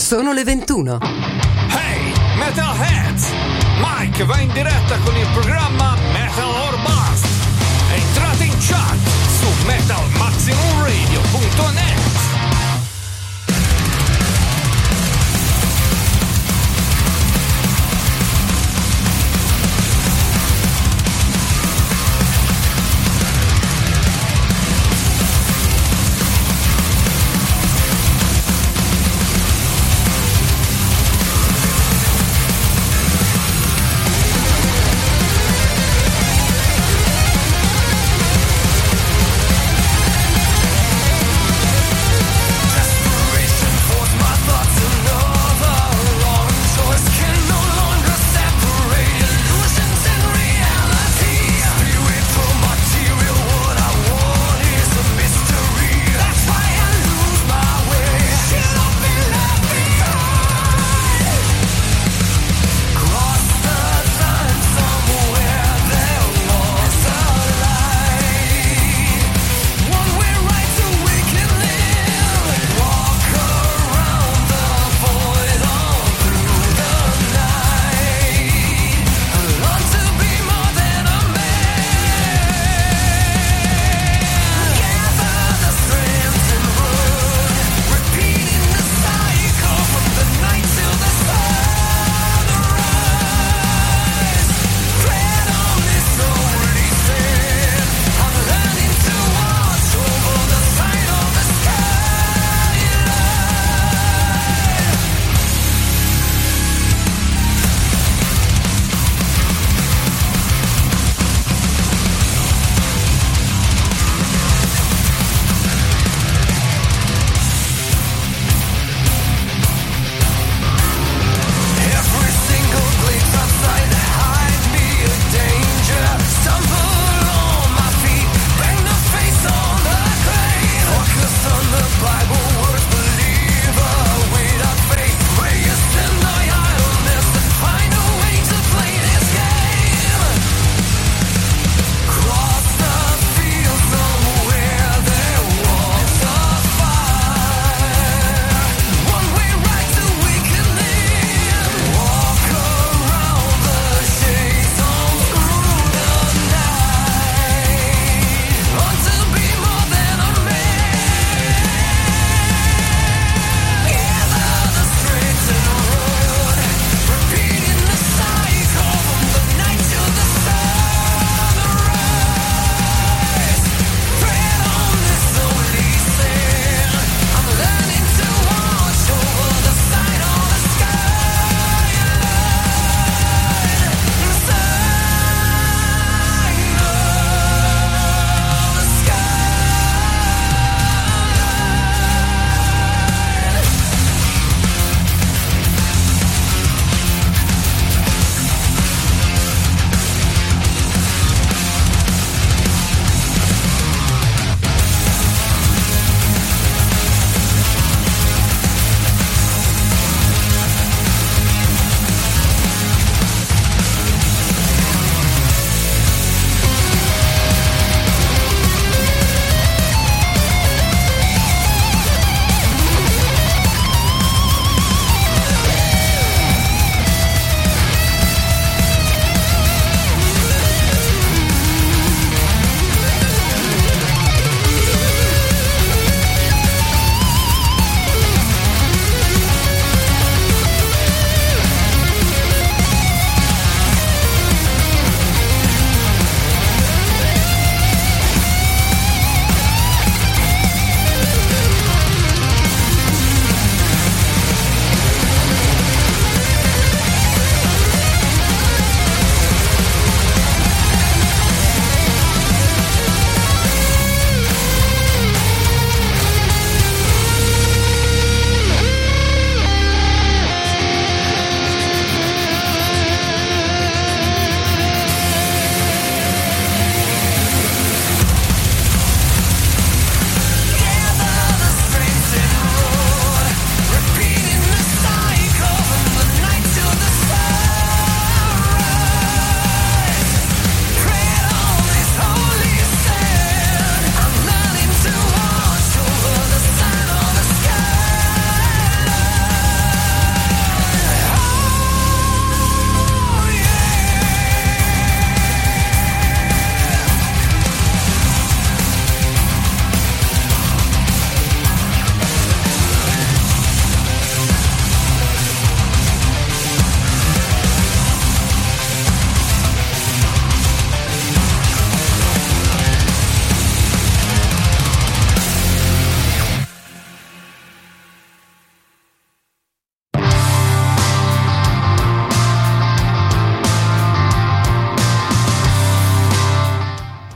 Sono le 21. Hey, Metalheads! Mike va in diretta con il programma Metal or Bust. Entrate in chat su metalmaximumradio.net.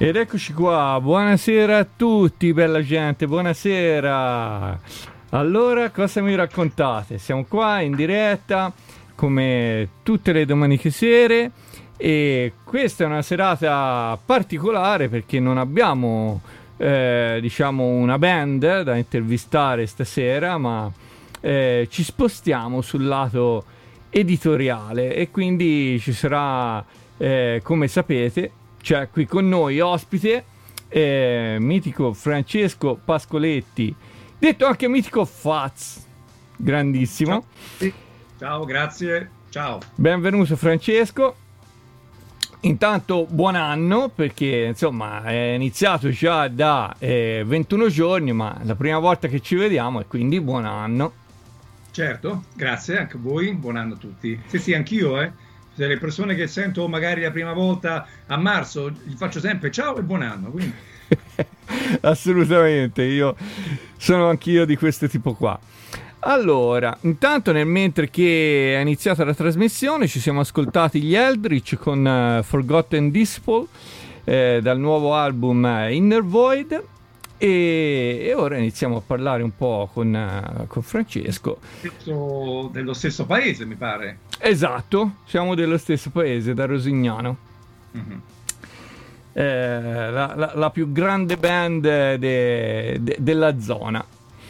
Ed eccoci qua, buonasera a tutti, bella gente, buonasera. Allora, cosa mi raccontate? Siamo qua in diretta, come tutte le domeniche sere, e questa è una serata particolare perché non abbiamo, diciamo, una band da intervistare stasera, ma ci spostiamo sul lato editoriale e quindi ci sarà, come sapete, c'è qui con noi ospite mitico Francesco Pascoletti, detto anche mitico Faz, grandissimo. Ciao, grazie, ciao. Benvenuto Francesco. Intanto buon anno, perché insomma è iniziato già da 21 giorni, ma la prima volta che ci vediamo, e quindi buon anno. Certo, grazie anche a voi, buon anno a tutti. Sì, anch'io, le persone che sento magari la prima volta a marzo, gli faccio sempre ciao e buon anno. Quindi. Assolutamente, io sono anch'io di questo tipo qua. Allora, intanto mentre che è iniziata la trasmissione ci siamo ascoltati gli Eldritch con Forgotten Disciple dal nuovo album Inner Void, e ora iniziamo a parlare un po' con Francesco. Dello stesso paese, mi pare. Esatto, siamo dello stesso paese, da Rosignano. Mm-hmm. La più grande band della zona.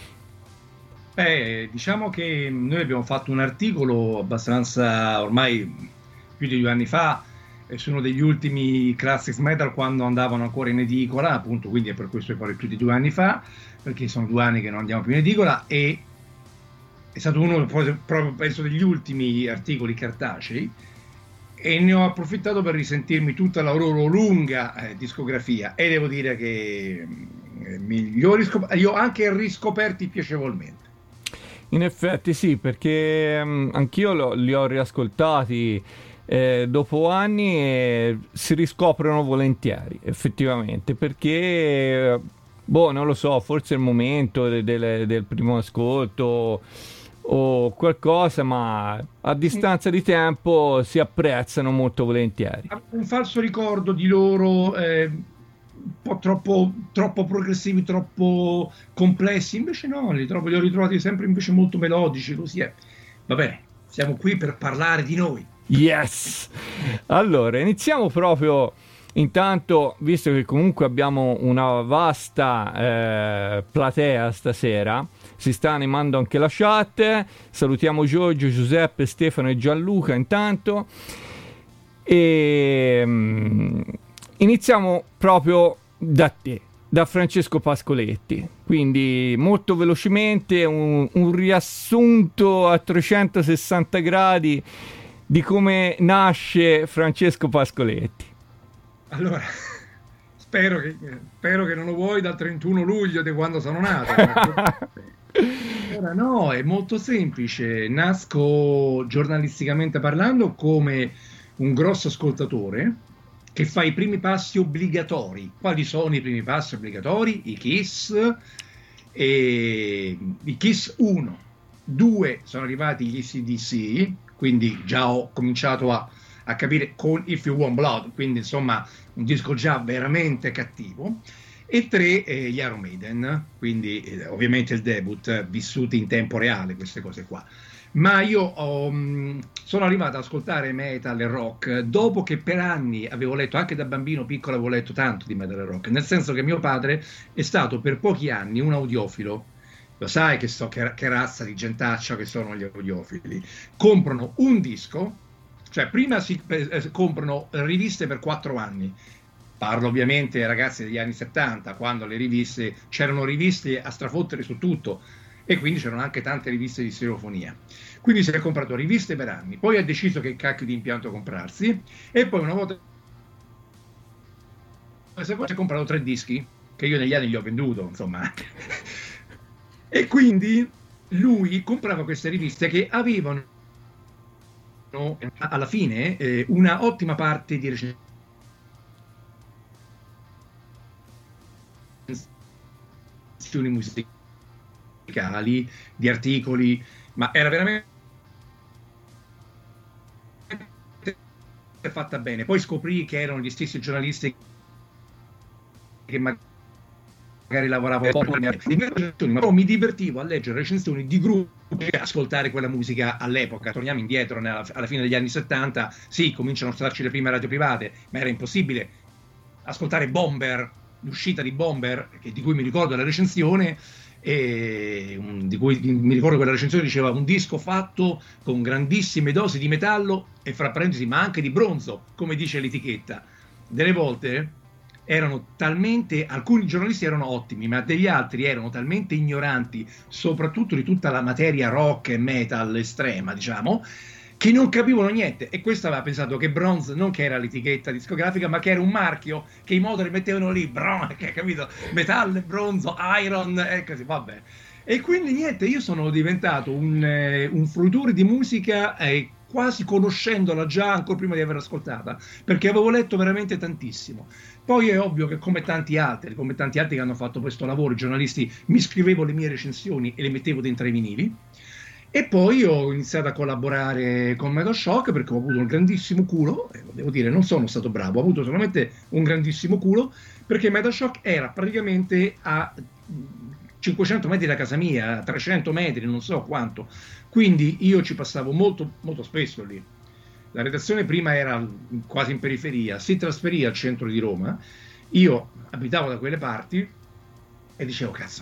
Diciamo che noi abbiamo fatto un articolo abbastanza, ormai più di 2 anni fa, su uno degli ultimi classics metal quando andavano ancora in edicola, appunto, quindi è per questo che parlo più di 2 anni fa, perché sono 2 anni che non andiamo più in edicola, e è stato uno proprio, penso, degli ultimi articoli cartacei, e ne ho approfittato per risentirmi tutta la loro lunga discografia, e devo dire che li ho anche riscoperti piacevolmente. In effetti sì, perché anch'io li ho riascoltati dopo anni e si riscoprono volentieri, effettivamente, perché non lo so, forse è il momento del primo ascolto o qualcosa, ma a distanza di tempo si apprezzano molto volentieri. Un falso ricordo di loro, un po' troppo progressivi, troppo complessi, invece no, li ho ritrovati sempre invece molto melodici, così è. Va bene, siamo qui per parlare di noi. Yes! Allora, iniziamo proprio, intanto, visto che comunque abbiamo una vasta platea stasera, si sta animando anche la chat, salutiamo Giorgio, Giuseppe, Stefano e Gianluca intanto, e iniziamo proprio da te, da Francesco Pascoletti, quindi molto velocemente un riassunto a 360 gradi di come nasce Francesco Pascoletti. Allora, spero che non lo vuoi dal 31 luglio di quando sono nato. Ora no, è molto semplice. Nasco giornalisticamente parlando come un grosso ascoltatore che fa i primi passi obbligatori. Quali sono i primi passi obbligatori? I Kiss, i Kiss 1. 2 sono arrivati gli AC/DC, quindi già ho cominciato a capire con If You Want Blood, quindi insomma un disco già veramente cattivo, e 3 gli Iron Maiden, quindi ovviamente il debut, vissuti in tempo reale queste cose qua. Ma io sono arrivato ad ascoltare metal e rock dopo che per anni avevo letto, anche da bambino piccolo avevo letto tanto di metal e rock, nel senso che mio padre è stato per pochi anni un audiofilo. Lo sai che razza di gentaccia che sono gli audiofili. Comprano un disco, cioè prima si comprano riviste per 4 anni. Parlo ovviamente ai ragazzi degli anni 70, quando le riviste, c'erano riviste a strafottere su tutto, e quindi c'erano anche tante riviste di stereofonia. Quindi si è comprato riviste per anni, poi ha deciso che cacchio di impianto comprarsi, e poi una volta si è comprato 3 dischi, che io negli anni gli ho venduto, insomma. E quindi lui comprava queste riviste che avevano alla fine una ottima parte di recensioni musicali, di articoli, ma era veramente fatta bene. Poi scoprì che erano gli stessi giornalisti che magari lavoravo poco, però mi divertivo a leggere recensioni di gruppi e ascoltare quella musica all'epoca. Torniamo indietro alla fine degli anni 70, sì, cominciano a starci le prime radio private, ma era impossibile ascoltare Bomber, l'uscita di Bomber, di cui mi ricordo la recensione, di cui mi ricordo quella recensione diceva un disco fatto con grandissime dosi di metallo e fra parentesi ma anche di bronzo, come dice l'etichetta. Delle volte erano talmente, alcuni giornalisti erano ottimi, ma degli altri erano talmente ignoranti, soprattutto di tutta la materia rock e metal estrema, diciamo, che non capivano niente. E questo aveva pensato che Bronze non che era l'etichetta discografica, ma che era un marchio che i motori mettevano lì, capito? Metallo, bronzo, iron, e così, vabbè. E quindi niente, io sono diventato un fruitore di musica quasi conoscendola già ancora prima di averla ascoltata, perché avevo letto veramente tantissimo. Poi è ovvio che come tanti altri che hanno fatto questo lavoro, i giornalisti, mi scrivevo le mie recensioni e le mettevo dentro i vinili. E poi ho iniziato a collaborare con Metal Shock perché ho avuto un grandissimo culo, devo dire, non sono stato bravo, ho avuto solamente un grandissimo culo, perché Metal Shock era praticamente a 500 metri da casa mia, 300 metri, non so quanto, quindi io ci passavo molto, molto spesso lì. La redazione prima era quasi in periferia, si trasferì al centro di Roma, io abitavo da quelle parti e dicevo, cazzo,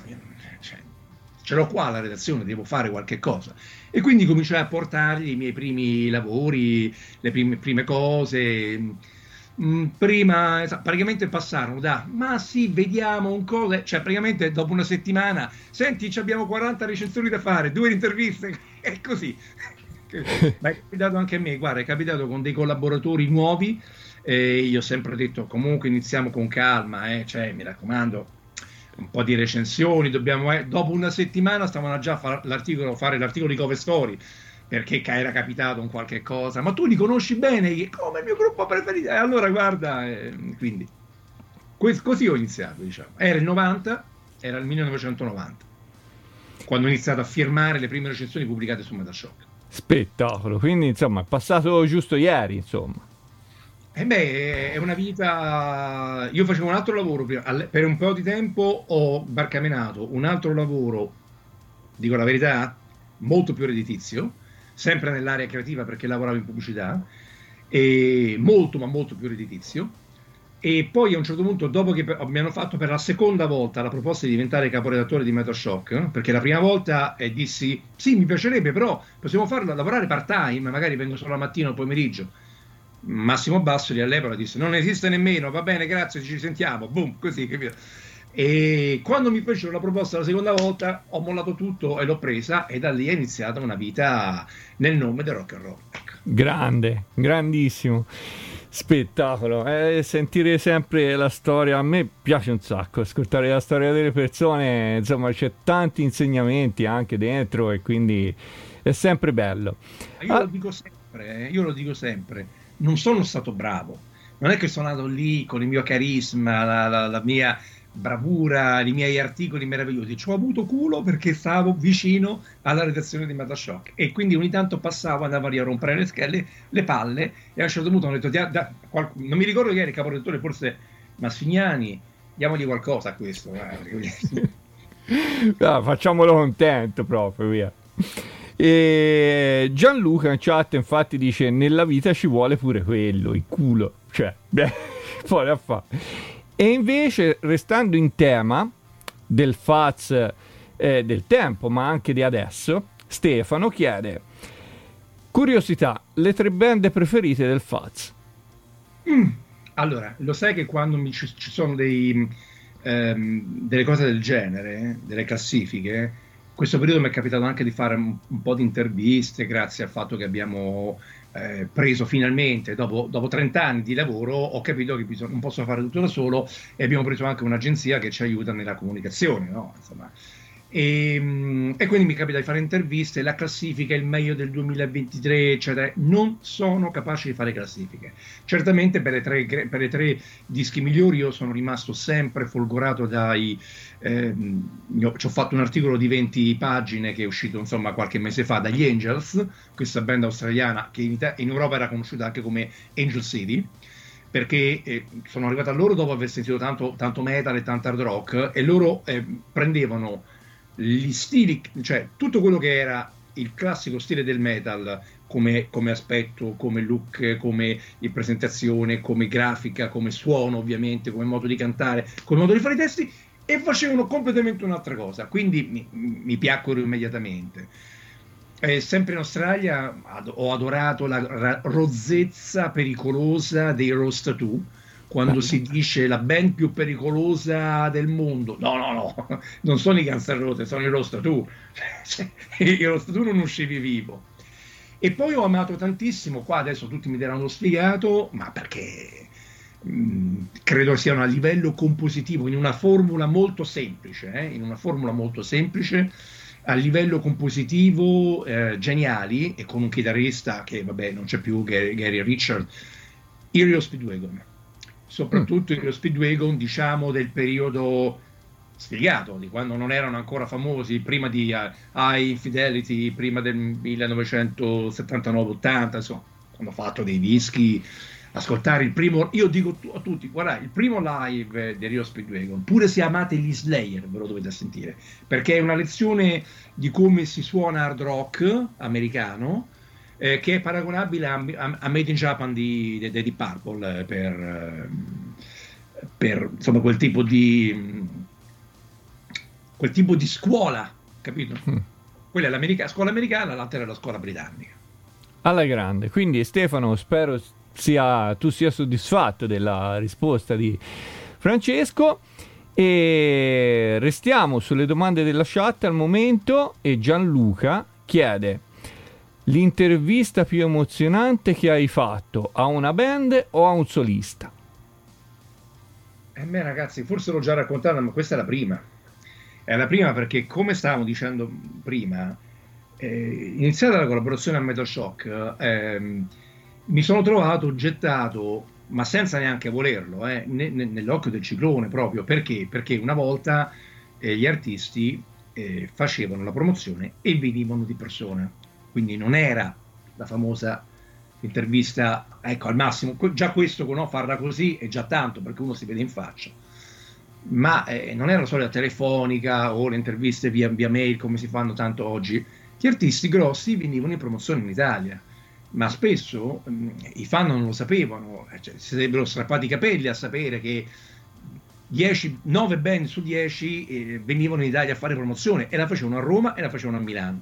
ce l'ho qua la redazione, devo fare qualche cosa. E quindi cominciai a portargli i miei primi lavori, le prime cose. Prima, praticamente passarono ma sì, vediamo un cosa, cioè praticamente dopo una settimana, senti, abbiamo 40 recensioni da fare, 2 interviste, e così. Ma è capitato anche a me, guarda, è capitato con dei collaboratori nuovi, io ho sempre detto, comunque iniziamo con calma, cioè mi raccomando, un po' di recensioni, dopo una settimana stavano già a fare l'articolo di Cover Story, perché era capitato un qualche cosa, ma tu li conosci bene, come il mio gruppo preferito, allora guarda, quindi così ho iniziato, diciamo. Era il 1990, quando ho iniziato a firmare le prime recensioni pubblicate su Metal Shock. Spettacolo, quindi insomma è passato giusto ieri, insomma. È una vita. Io facevo un altro lavoro prima, per un po' di tempo ho barcamenato un altro lavoro, dico la verità, molto più redditizio, sempre nell'area creativa perché lavoravo in pubblicità, e molto ma molto più redditizio. E poi a un certo punto, dopo che mi hanno fatto per la seconda volta la proposta di diventare caporedattore di Metal Shock, perché la prima volta dissi sì, mi piacerebbe, però possiamo farlo lavorare part time, magari vengo solo la mattina o il pomeriggio. Massimo Bassoli all'epoca disse non esiste nemmeno, va bene, grazie, ci sentiamo, boom, così, capito? E quando mi fecero la proposta la seconda volta ho mollato tutto e l'ho presa, e da lì è iniziata una vita nel nome del rock and roll. Ecco. Grande, grandissimo, spettacolo, sentire sempre la storia, a me piace un sacco ascoltare la storia delle persone, insomma c'è tanti insegnamenti anche dentro e quindi è sempre bello. Io lo dico sempre, non sono stato bravo, non è che sono andato lì con il mio carisma, la mia bravura, i miei articoli meravigliosi, ci ho avuto culo perché stavo vicino alla redazione di Metal Shock e quindi ogni tanto passavo, andavo lì a rompere le palle, e a un certo punto hanno detto non mi ricordo chi era il caporedattore, forse Massimiliani, diamogli qualcosa a questo, facciamolo contento proprio, via. E Gianluca in chat infatti dice nella vita ci vuole pure quello, il culo, cioè poi da fa. E invece restando in tema del Faz del tempo ma anche di adesso, Stefano chiede curiosità, le 3 band preferite del Faz. Allora, lo sai che quando ci sono delle cose del genere, delle classifiche, questo periodo mi è capitato anche di fare un po' di interviste grazie al fatto che abbiamo preso finalmente, dopo 30 anni di lavoro, ho capito che non posso fare tutto da solo e abbiamo preso anche un'agenzia che ci aiuta nella comunicazione, no? Insomma. E quindi mi capita di fare interviste, la classifica, il meglio del 2023, eccetera. Non sono capace di fare classifiche. Certamente per le 3 dischi migliori io sono rimasto sempre folgorato ci ho fatto un articolo di 20 pagine che è uscito insomma qualche mese fa dagli Angels, questa band australiana che in Europa era conosciuta anche come Angel City. perché sono arrivato a loro dopo aver sentito tanto metal e tanto hard rock, e loro prendevano gli stili, cioè tutto quello che era il classico stile del metal come aspetto, come look, come presentazione, come grafica, come suono ovviamente, come modo di cantare, come modo di fare i testi, e facevano completamente un'altra cosa, quindi mi piacquero immediatamente. Sempre in Australia ho adorato la rozzezza pericolosa dei Rose Tattoo, quando si dice la band più pericolosa del mondo. No, no, no, non sono i Guns N' Roses, sono i Rose Tattoo. I Rose Tattoo non uscivi vivo. E poi ho amato tantissimo, qua adesso tutti mi daranno sfigato, ma perché credo siano a livello compositivo, in una formula molto semplice, a livello compositivo geniali, e con un chitarrista che vabbè non c'è più, Gary Richard, i Rio Speedwagon, soprattutto i Rio Speedwagon, diciamo del periodo sfigato, di quando non erano ancora famosi, prima di High Infidelity, prima del 1979-80, insomma, hanno fatto dei dischi. Ascoltare il primo, io dico a tutti, guarda, il primo live di Rio Speedwagon, pure se amate gli Slayer, ve lo dovete sentire, perché è una lezione di come si suona hard rock americano, che è paragonabile a Made in Japan di Deep Purple, per insomma quel tipo di scuola, capito? Quella è la scuola americana, l'altra è la scuola britannica. Alla grande. Quindi Stefano, spero tu sia soddisfatto della risposta di Francesco, e restiamo sulle domande della chat al momento. E Gianluca chiede: l'intervista più emozionante che hai fatto a una band o a un solista? A me, ragazzi, forse l'ho già raccontata, ma questa è la prima. È la prima perché, come stavamo dicendo prima, iniziata la collaborazione a Metal Shock, mi sono trovato gettato, ma senza neanche volerlo, nell'occhio del ciclone proprio. Perché? Perché una volta gli artisti facevano la promozione e venivano di persona, quindi non era la famosa intervista, ecco, al massimo, già questo, no, farla così è già tanto, perché uno si vede in faccia, ma non era la solita telefonica o le interviste via mail come si fanno tanto oggi. Gli artisti grossi venivano in promozione in Italia, ma spesso i fan non lo sapevano, cioè, si sarebbero strappati i capelli a sapere che 9 band su 10 venivano in Italia a fare promozione, e la facevano a Roma e la facevano a Milano,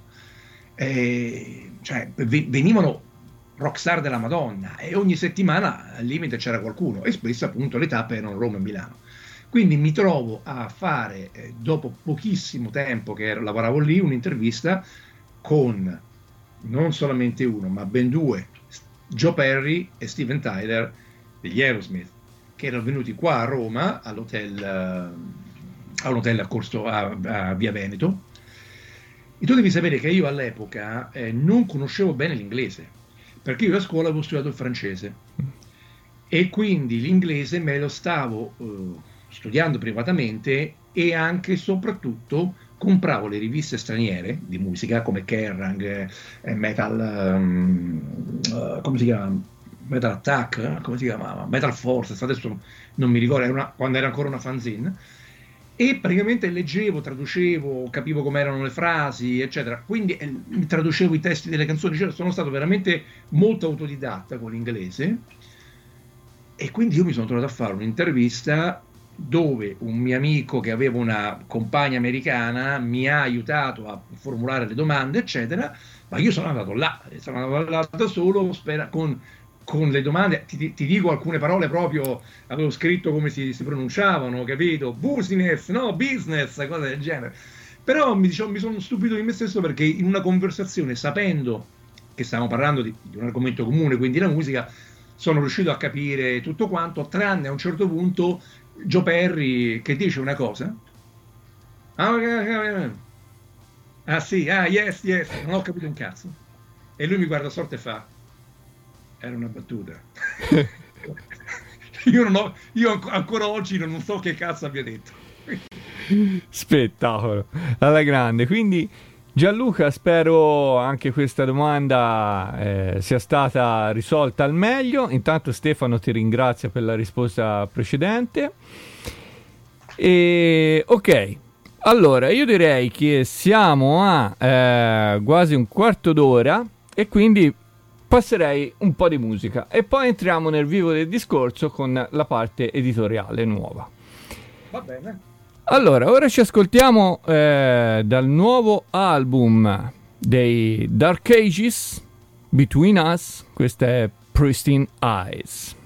cioè venivano rockstar della Madonna, e ogni settimana al limite c'era qualcuno, e spesso appunto le tappe erano Roma e Milano. Quindi mi trovo a fare, dopo pochissimo tempo che lavoravo lì, un'intervista con non solamente uno, ma ben due, Joe Perry e Steven Tyler degli Aerosmith, che erano venuti qua a Roma a un hotel a Corso, a Via Veneto. E tu devi sapere che io all'epoca non conoscevo bene l'inglese, perché io a scuola avevo studiato il francese, e quindi l'inglese me lo stavo studiando privatamente, e anche e soprattutto compravo le riviste straniere di musica come Kerrang, Metal, come si chiama? Metal Attack, come si chiamava? Metal Force, adesso non mi ricordo, quando era ancora una fanzine, e praticamente leggevo, traducevo, capivo come erano le frasi, eccetera. Quindi traducevo i testi delle canzoni, cioè, sono stato veramente molto autodidatta con l'inglese, e quindi io mi sono trovato a fare un'intervista dove un mio amico che aveva una compagna americana mi ha aiutato a formulare le domande, eccetera, ma io sono andato là da solo, con le domande, ti dico alcune parole proprio, avevo scritto come si pronunciavano, capito? Business, no, business, cose del genere. Però mi sono stupito di me stesso, perché in una conversazione, sapendo che stavamo parlando di un argomento comune, quindi la musica, sono riuscito a capire tutto quanto, tranne a un certo punto Joe Perry che dice una cosa. Ah sì, yes, non ho capito un cazzo. E lui mi guarda storto e fa: era una battuta. io ancora oggi non so che cazzo abbia detto. Spettacolo alla grande. Quindi Gianluca, spero anche questa domanda sia stata risolta al meglio. Intanto Stefano ti ringrazia per la risposta precedente. Ok, allora io direi che siamo a quasi un quarto d'ora e quindi passerei un po' di musica e poi entriamo nel vivo del discorso con la parte editoriale nuova. Va bene. Allora, ora ci ascoltiamo dal nuovo album dei Dark Ages, Between Us, questa è Pristine Eyes.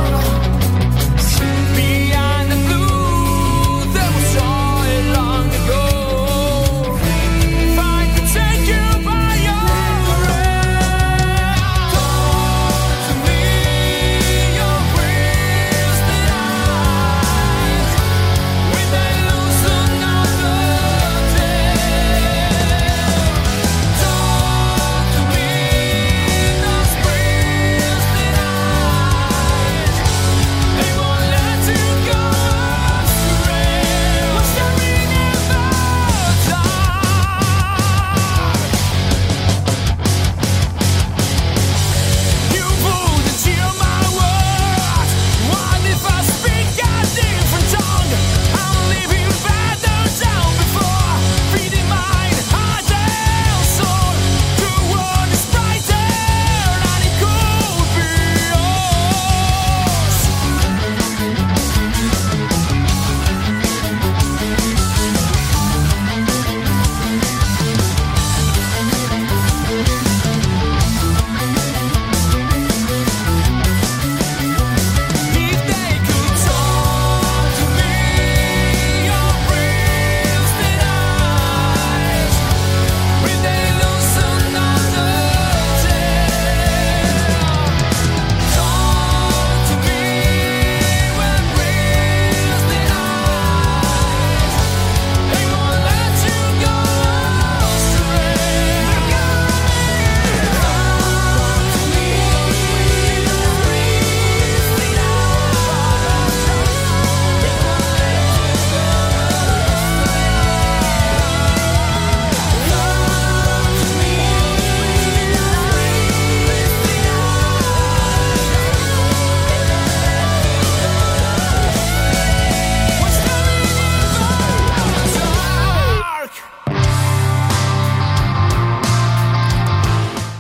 Behind the blue, there was joy long ago.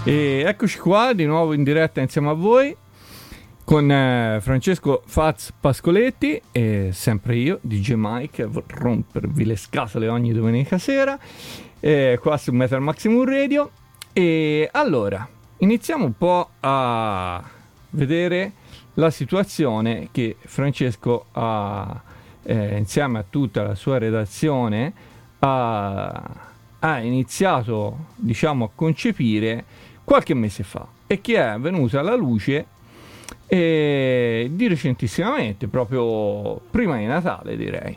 E eccoci qua di nuovo in diretta insieme a voi con Francesco Faz Pascoletti e sempre io, DJ Mike, a rompervi le scatole ogni domenica sera qua su Metal Maximum Radio. E allora iniziamo un po' a vedere la situazione che Francesco ha insieme a tutta la sua redazione ha iniziato, diciamo, a concepire qualche mese fa e che è venuta alla luce di recentissimamente, proprio prima di Natale, direi.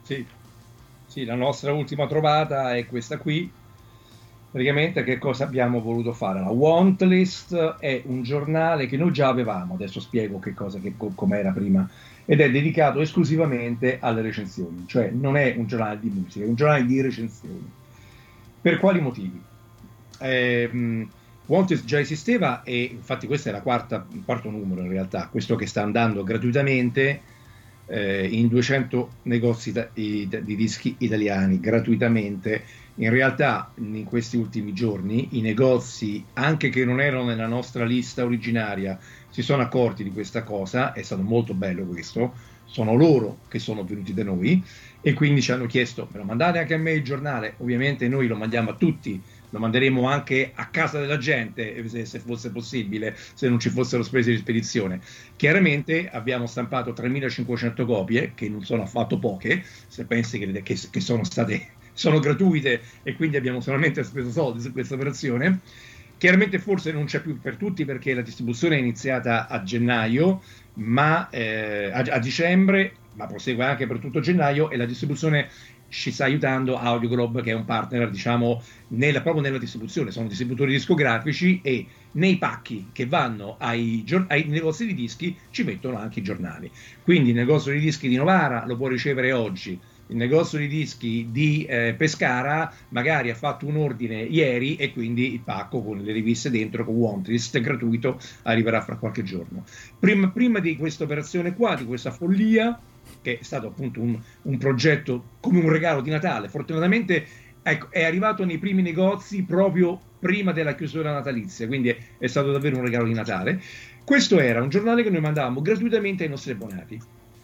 Sì, la nostra ultima trovata è questa qui. Praticamente che cosa abbiamo voluto fare? La Wantlist è un giornale che noi già avevamo, adesso spiego com'era prima, ed è dedicato esclusivamente alle recensioni, cioè non è un giornale di musica, è un giornale di recensioni. Per quali motivi? Wantlist già esisteva e infatti questo è il quarto numero in realtà, questo che sta andando gratuitamente in 200 negozi di dischi italiani, gratuitamente. In realtà in questi ultimi giorni i negozi, anche che non erano nella nostra lista originaria, si sono accorti di questa cosa, è stato molto bello questo, sono loro che sono venuti da noi e quindi ci hanno chiesto: me lo mandate anche a me il giornale? Ovviamente noi lo mandiamo a tutti, lo manderemo anche a casa della gente se fosse possibile, se non ci fossero spese di spedizione. Chiaramente abbiamo stampato 3.500 copie, che non sono affatto poche, se pensi che sono gratuite e quindi abbiamo solamente speso soldi su questa operazione. Chiaramente forse non c'è più per tutti perché la distribuzione è iniziata a gennaio, ma a dicembre, ma prosegue anche per tutto gennaio, e la distribuzione ci sta aiutando Audio Globe, che è un partner, diciamo, proprio nella distribuzione. Sono distributori discografici e nei pacchi che vanno ai negozi di dischi ci mettono anche i giornali. Quindi il negozio di dischi di Novara lo può ricevere oggi, il negozio di dischi di Pescara magari ha fatto un ordine ieri e quindi il pacco con le riviste dentro, con Wantlist gratuito, arriverà fra qualche giorno. Prima di questa operazione qua, di questa follia, che è stato appunto un progetto come un regalo di Natale, fortunatamente è arrivato nei primi negozi proprio prima della chiusura natalizia, quindi è stato davvero un regalo di Natale. Questo era un giornale che noi mandavamo gratuitamente ai nostri abbonati.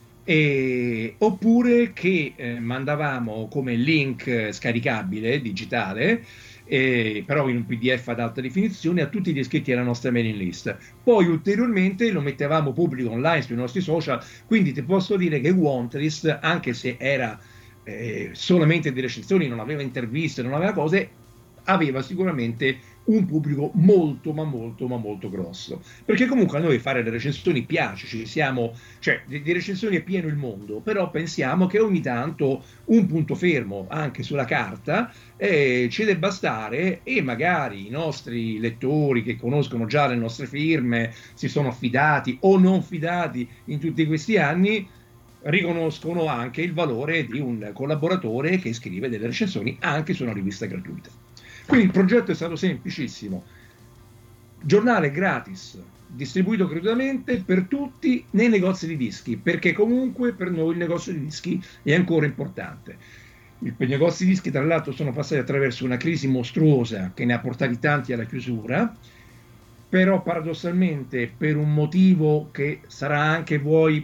Oppure che mandavamo come link scaricabile digitale, però in un PDF ad alta definizione, a tutti gli iscritti alla nostra mailing list. Poi ulteriormente lo mettevamo pubblico online sui nostri social, quindi ti posso dire che Wantlist, anche se era solamente di recensioni, non aveva interviste, non aveva cose, aveva sicuramente un pubblico molto grosso, perché comunque a noi fare le recensioni piace, cioè di recensioni è pieno il mondo, però pensiamo che ogni tanto un punto fermo anche sulla carta ci debba stare, e magari i nostri lettori che conoscono già le nostre firme, si sono affidati o non fidati in tutti questi anni, riconoscono anche il valore di un collaboratore che scrive delle recensioni anche su una rivista gratuita. Quindi il progetto è stato semplicissimo: giornale gratis, distribuito gratuitamente per tutti nei negozi di dischi, perché comunque per noi il negozio di dischi è ancora importante. I negozi di dischi tra l'altro sono passati attraverso una crisi mostruosa che ne ha portati tanti alla chiusura, però paradossalmente per un motivo che sarà anche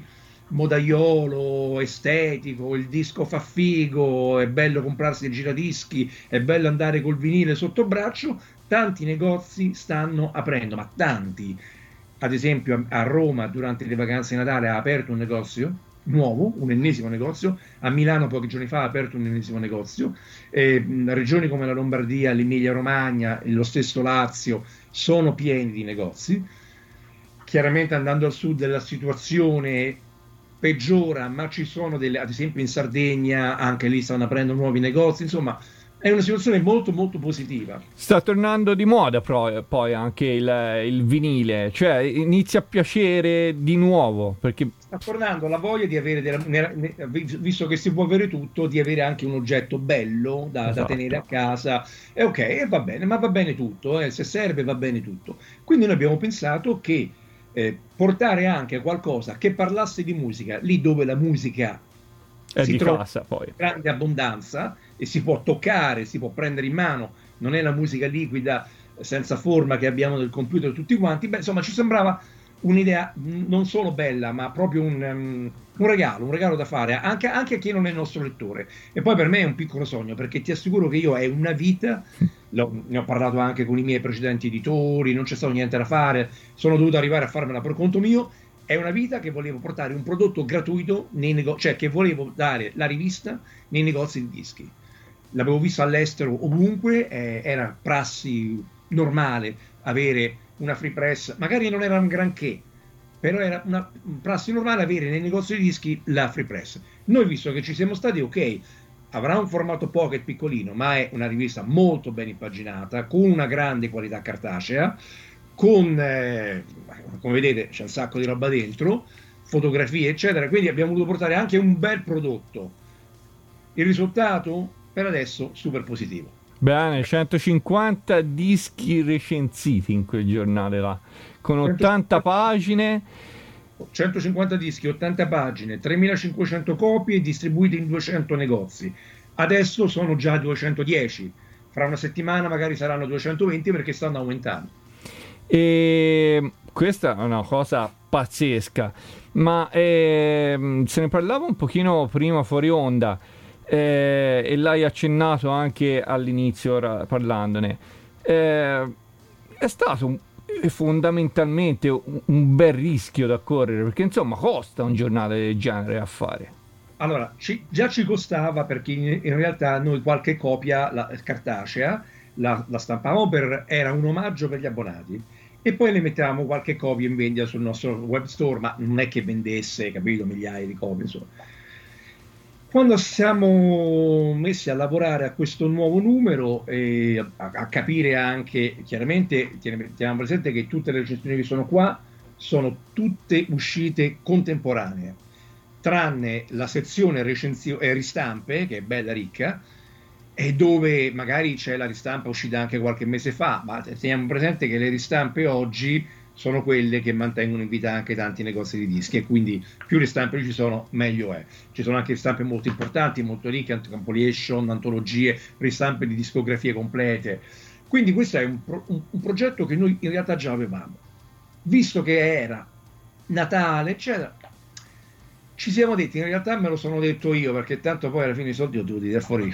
modaiolo, estetico, il disco fa figo, è bello comprarsi il giradischi, è bello andare col vinile sotto braccio, tanti negozi stanno aprendo, ma tanti. Ad esempio a Roma durante le vacanze di Natale ha aperto un negozio nuovo, un ennesimo negozio, a Milano pochi giorni fa ha aperto un ennesimo negozio, regioni come la Lombardia, l'Emilia Romagna, lo stesso Lazio sono pieni di negozi. Chiaramente andando al sud la situazione peggiora, ma ci sono ad esempio in Sardegna, anche lì stanno aprendo nuovi negozi, insomma è una situazione molto positiva. Sta tornando di moda poi anche il vinile, cioè inizia a piacere di nuovo, perché sta tornando la voglia di avere, visto che si può avere tutto, di avere anche un oggetto bello da tenere a casa, e ok, va bene, ma va bene tutto, se serve va bene tutto. Quindi noi abbiamo pensato che portare anche qualcosa che parlasse di musica lì dove la musica si trova in grande abbondanza e si può toccare, si può prendere in mano, non è la musica liquida senza forma che abbiamo nel computer tutti quanti. Beh, insomma, ci sembrava un'idea non solo bella, ma proprio un regalo da fare anche a chi non è il nostro lettore. E poi per me è un piccolo sogno, perché ti assicuro che io è una vita, ne ho parlato anche con i miei precedenti editori, non c'è stato niente da fare, sono dovuto arrivare a farmela per conto mio. È una vita che volevo portare un prodotto gratuito nei negozi, cioè che volevo dare la rivista nei negozi di dischi. L'avevo vista all'estero ovunque, era prassi normale avere una free press, magari non era un granché, però era una prassi normale avere nei negozi di dischi la free press. Noi, visto che ci siamo stati, ok, avrà un formato pocket piccolino, ma è una rivista molto ben impaginata, con una grande qualità cartacea, con, come vedete, c'è un sacco di roba dentro, fotografie, eccetera, quindi abbiamo voluto portare anche un bel prodotto. Il risultato, per adesso, super positivo. Bene, 150 dischi recensiti in quel giornale là, con 80 pagine. 150 dischi, 80 pagine, 3500 copie distribuite in 200 negozi. Adesso sono già 210. Fra una settimana magari saranno 220 perché stanno aumentando. E questa è una cosa pazzesca, ma se ne parlava un pochino prima fuori onda. E l'hai accennato anche all'inizio parlandone, è stato fondamentalmente un bel rischio da correre, perché insomma costa un giornale del genere a fare. Allora, già ci costava, perché in realtà noi qualche copia cartacea la stampavamo, era un omaggio per gli abbonati, e poi ne mettevamo qualche copia in vendita sul nostro web store, ma non è che vendesse, capito, migliaia di copie, insomma. Quando siamo messi a lavorare a questo nuovo numero e a capire anche, chiaramente teniamo presente che tutte le recensioni che sono qua sono tutte uscite contemporanee, tranne la sezione ristampe, che è bella ricca, e dove magari c'è la ristampa uscita anche qualche mese fa, ma teniamo presente che le ristampe oggi sono quelle che mantengono in vita anche tanti negozi di dischi, e quindi più ristampe ci sono, meglio è. Ci sono anche ristampe molto importanti, molto ricche, compilation, antologie, ristampe di discografie complete. Quindi questo è un progetto che noi in realtà già avevamo. Visto che era Natale, eccetera, ci siamo detti, in realtà me lo sono detto io, perché tanto poi alla fine i soldi ho dovuti dar fuori io.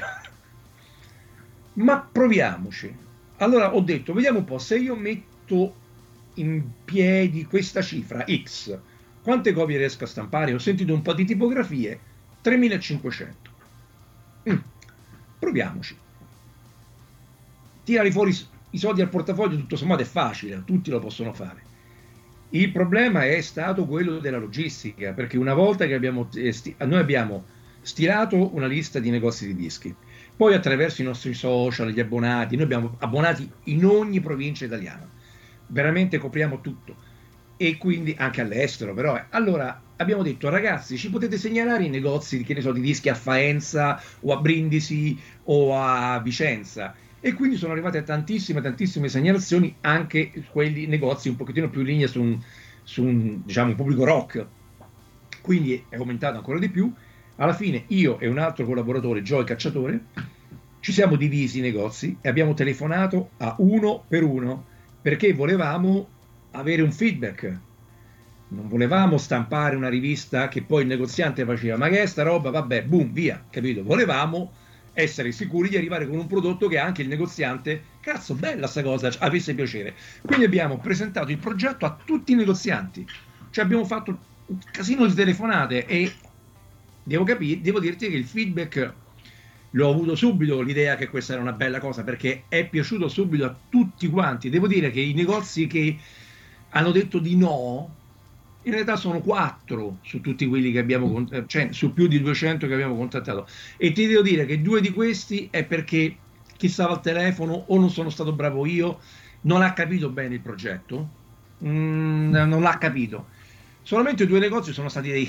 Ma proviamoci. Allora ho detto, vediamo un po', se io metto in piedi questa cifra X, quante copie riesco a stampare? Ho sentito un po' di tipografie, 3500. Proviamoci. Tirare fuori i soldi al portafoglio tutto sommato è facile, tutti lo possono fare. Il problema è stato quello della logistica, perché una volta che noi abbiamo stilato una lista di negozi di dischi, poi attraverso i nostri social, gli abbonati, noi abbiamo abbonati in ogni provincia italiana, veramente copriamo tutto, e quindi anche all'estero, però allora abbiamo detto, ragazzi, ci potete segnalare i negozi, che ne so, di dischi a Faenza o a Brindisi o a Vicenza, e quindi sono arrivate tantissime segnalazioni, anche quelli negozi un pochettino più in linea su un diciamo un pubblico rock, quindi è aumentato ancora di più. Alla fine io e un altro collaboratore, Joy Cacciatore, ci siamo divisi i negozi e abbiamo telefonato a uno per uno, perché volevamo avere un feedback. Non volevamo stampare una rivista che poi il negoziante faceva, ma che è sta roba, vabbè, boom, via, capito? Volevamo essere sicuri di arrivare con un prodotto che anche il negoziante, cazzo, bella sta cosa, avesse piacere. Quindi abbiamo presentato il progetto a tutti i negozianti, cioè abbiamo fatto un casino di telefonate, e devo dirti che il feedback l'ho avuto subito, l'idea che questa era una bella cosa, perché è piaciuto subito a tutti quanti. Devo dire che i negozi che hanno detto di no, in realtà sono 4 su tutti quelli che abbiamo, cioè su più di 200 che abbiamo contattato, e ti devo dire che 2 di questi è perché chi stava al telefono o non sono stato bravo io, non ha capito bene il progetto, non l'ha capito. Solamente 2 negozi sono stati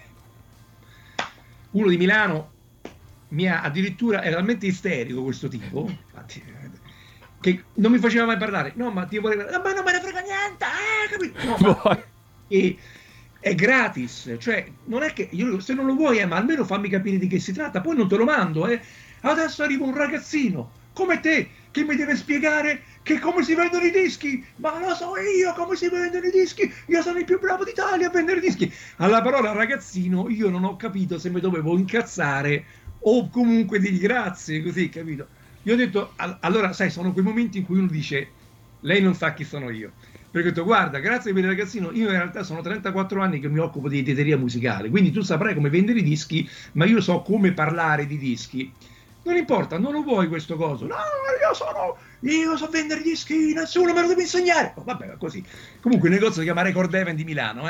uno di Milano addirittura era talmente isterico, questo tipo, infatti, che non mi faceva mai parlare. No, ma ti vorrei parlare, ma non me ne frega niente, capito? No, ma è gratis, cioè non è che io, se non lo vuoi, ma almeno fammi capire di che si tratta, poi non te lo mando. Adesso arriva un ragazzino come te che mi deve spiegare che come si vendono i dischi, ma lo so io come si vendono i dischi, io sono il più bravo d'Italia a vendere dischi. Alla parola ragazzino io non ho capito se mi dovevo incazzare o comunque dirgli grazie, così, capito? Io ho detto, allora sai, sono quei momenti in cui uno dice, lei non sa chi sono io. Perché ho detto, guarda, grazie per il ragazzino, io in realtà sono 34 anni che mi occupo di editoria musicale, quindi tu saprai come vendere i dischi, ma io so come parlare di dischi. Non importa, non lo vuoi questo coso? No, io so vendere dischi, nessuno me lo deve insegnare. Oh, vabbè, così. Comunque il negozio si chiama Record Heaven di Milano,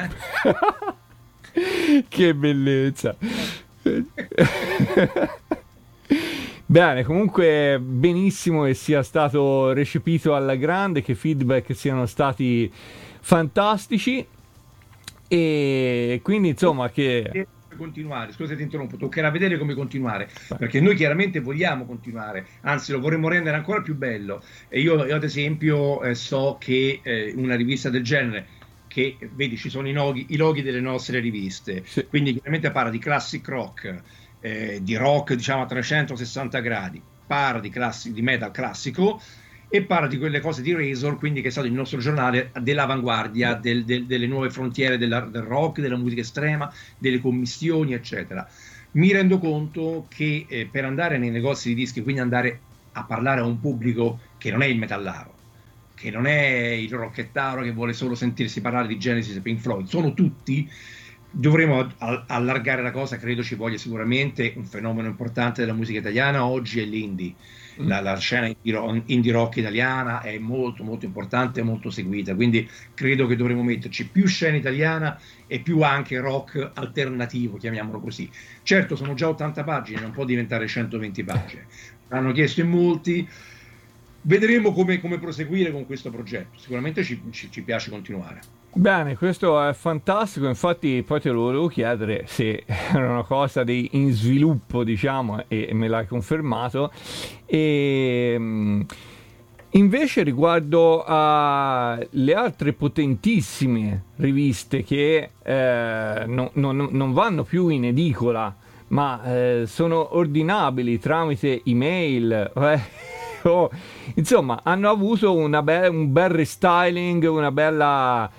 Che bellezza. Bene, comunque benissimo che sia stato recepito alla grande, che i feedback siano stati fantastici e quindi insomma che... continuare, scusa ti interrompo, toccherà vedere come continuare, perché noi chiaramente vogliamo continuare, anzi lo vorremmo rendere ancora più bello. E io ad esempio so che una rivista del genere, che vedi ci sono i loghi delle nostre riviste, sì. Quindi chiaramente parla di classic rock, di rock diciamo a 360 gradi, parla di metal classico e parla di quelle cose di Razor, quindi che è stato il nostro giornale dell'avanguardia, delle nuove frontiere del rock, della musica estrema, delle commistioni, eccetera. Mi rendo conto che per andare nei negozi di dischi, quindi andare a parlare a un pubblico che non è il metallaro, che non è il rockettaro che vuole solo sentirsi parlare di Genesis e Pink Floyd, sono tutti, dovremo allargare la cosa, credo ci voglia sicuramente un fenomeno importante della musica italiana oggi è l'indie. La scena indie rock italiana è molto molto importante e molto seguita, quindi credo che dovremo metterci più scena italiana e più anche rock alternativo, chiamiamolo così. Certo sono già 80 pagine, non può diventare 120 pagine, l'hanno chiesto in molti, vedremo come proseguire con questo progetto, sicuramente ci piace continuare. Bene, questo è fantastico, infatti poi te lo volevo chiedere se era una cosa in sviluppo, diciamo, e me l'hai confermato. E invece riguardo alle altre potentissime riviste che non vanno più in edicola, ma sono ordinabili tramite email, insomma, hanno avuto un bel restyling, una bella...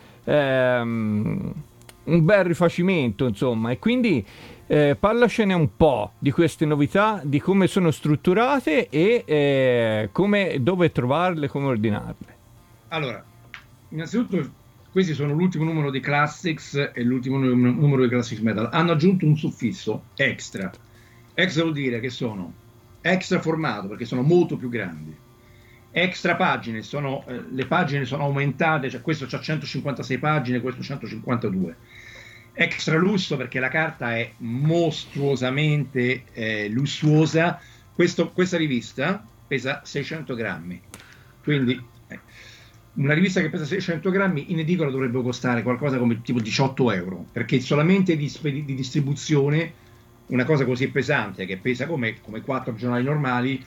un bel rifacimento, insomma, e quindi parlacene un po' di queste novità, di come sono strutturate e dove trovarle, come ordinarle. Allora, innanzitutto questi sono l'ultimo numero di Classics e l'ultimo numero di Classics Metal. Hanno aggiunto un suffisso extra. Extra vuol dire che sono extra formato perché sono molto più grandi. Extra pagine, le pagine sono aumentate, cioè questo c'ha 156 pagine, questo 152. Extra lusso perché la carta è mostruosamente lussuosa. Questa rivista pesa 600 grammi, quindi una rivista che pesa 600 grammi in edicola dovrebbe costare qualcosa come tipo 18 euro, perché solamente di distribuzione una cosa così pesante, che pesa come 4 giornali normali,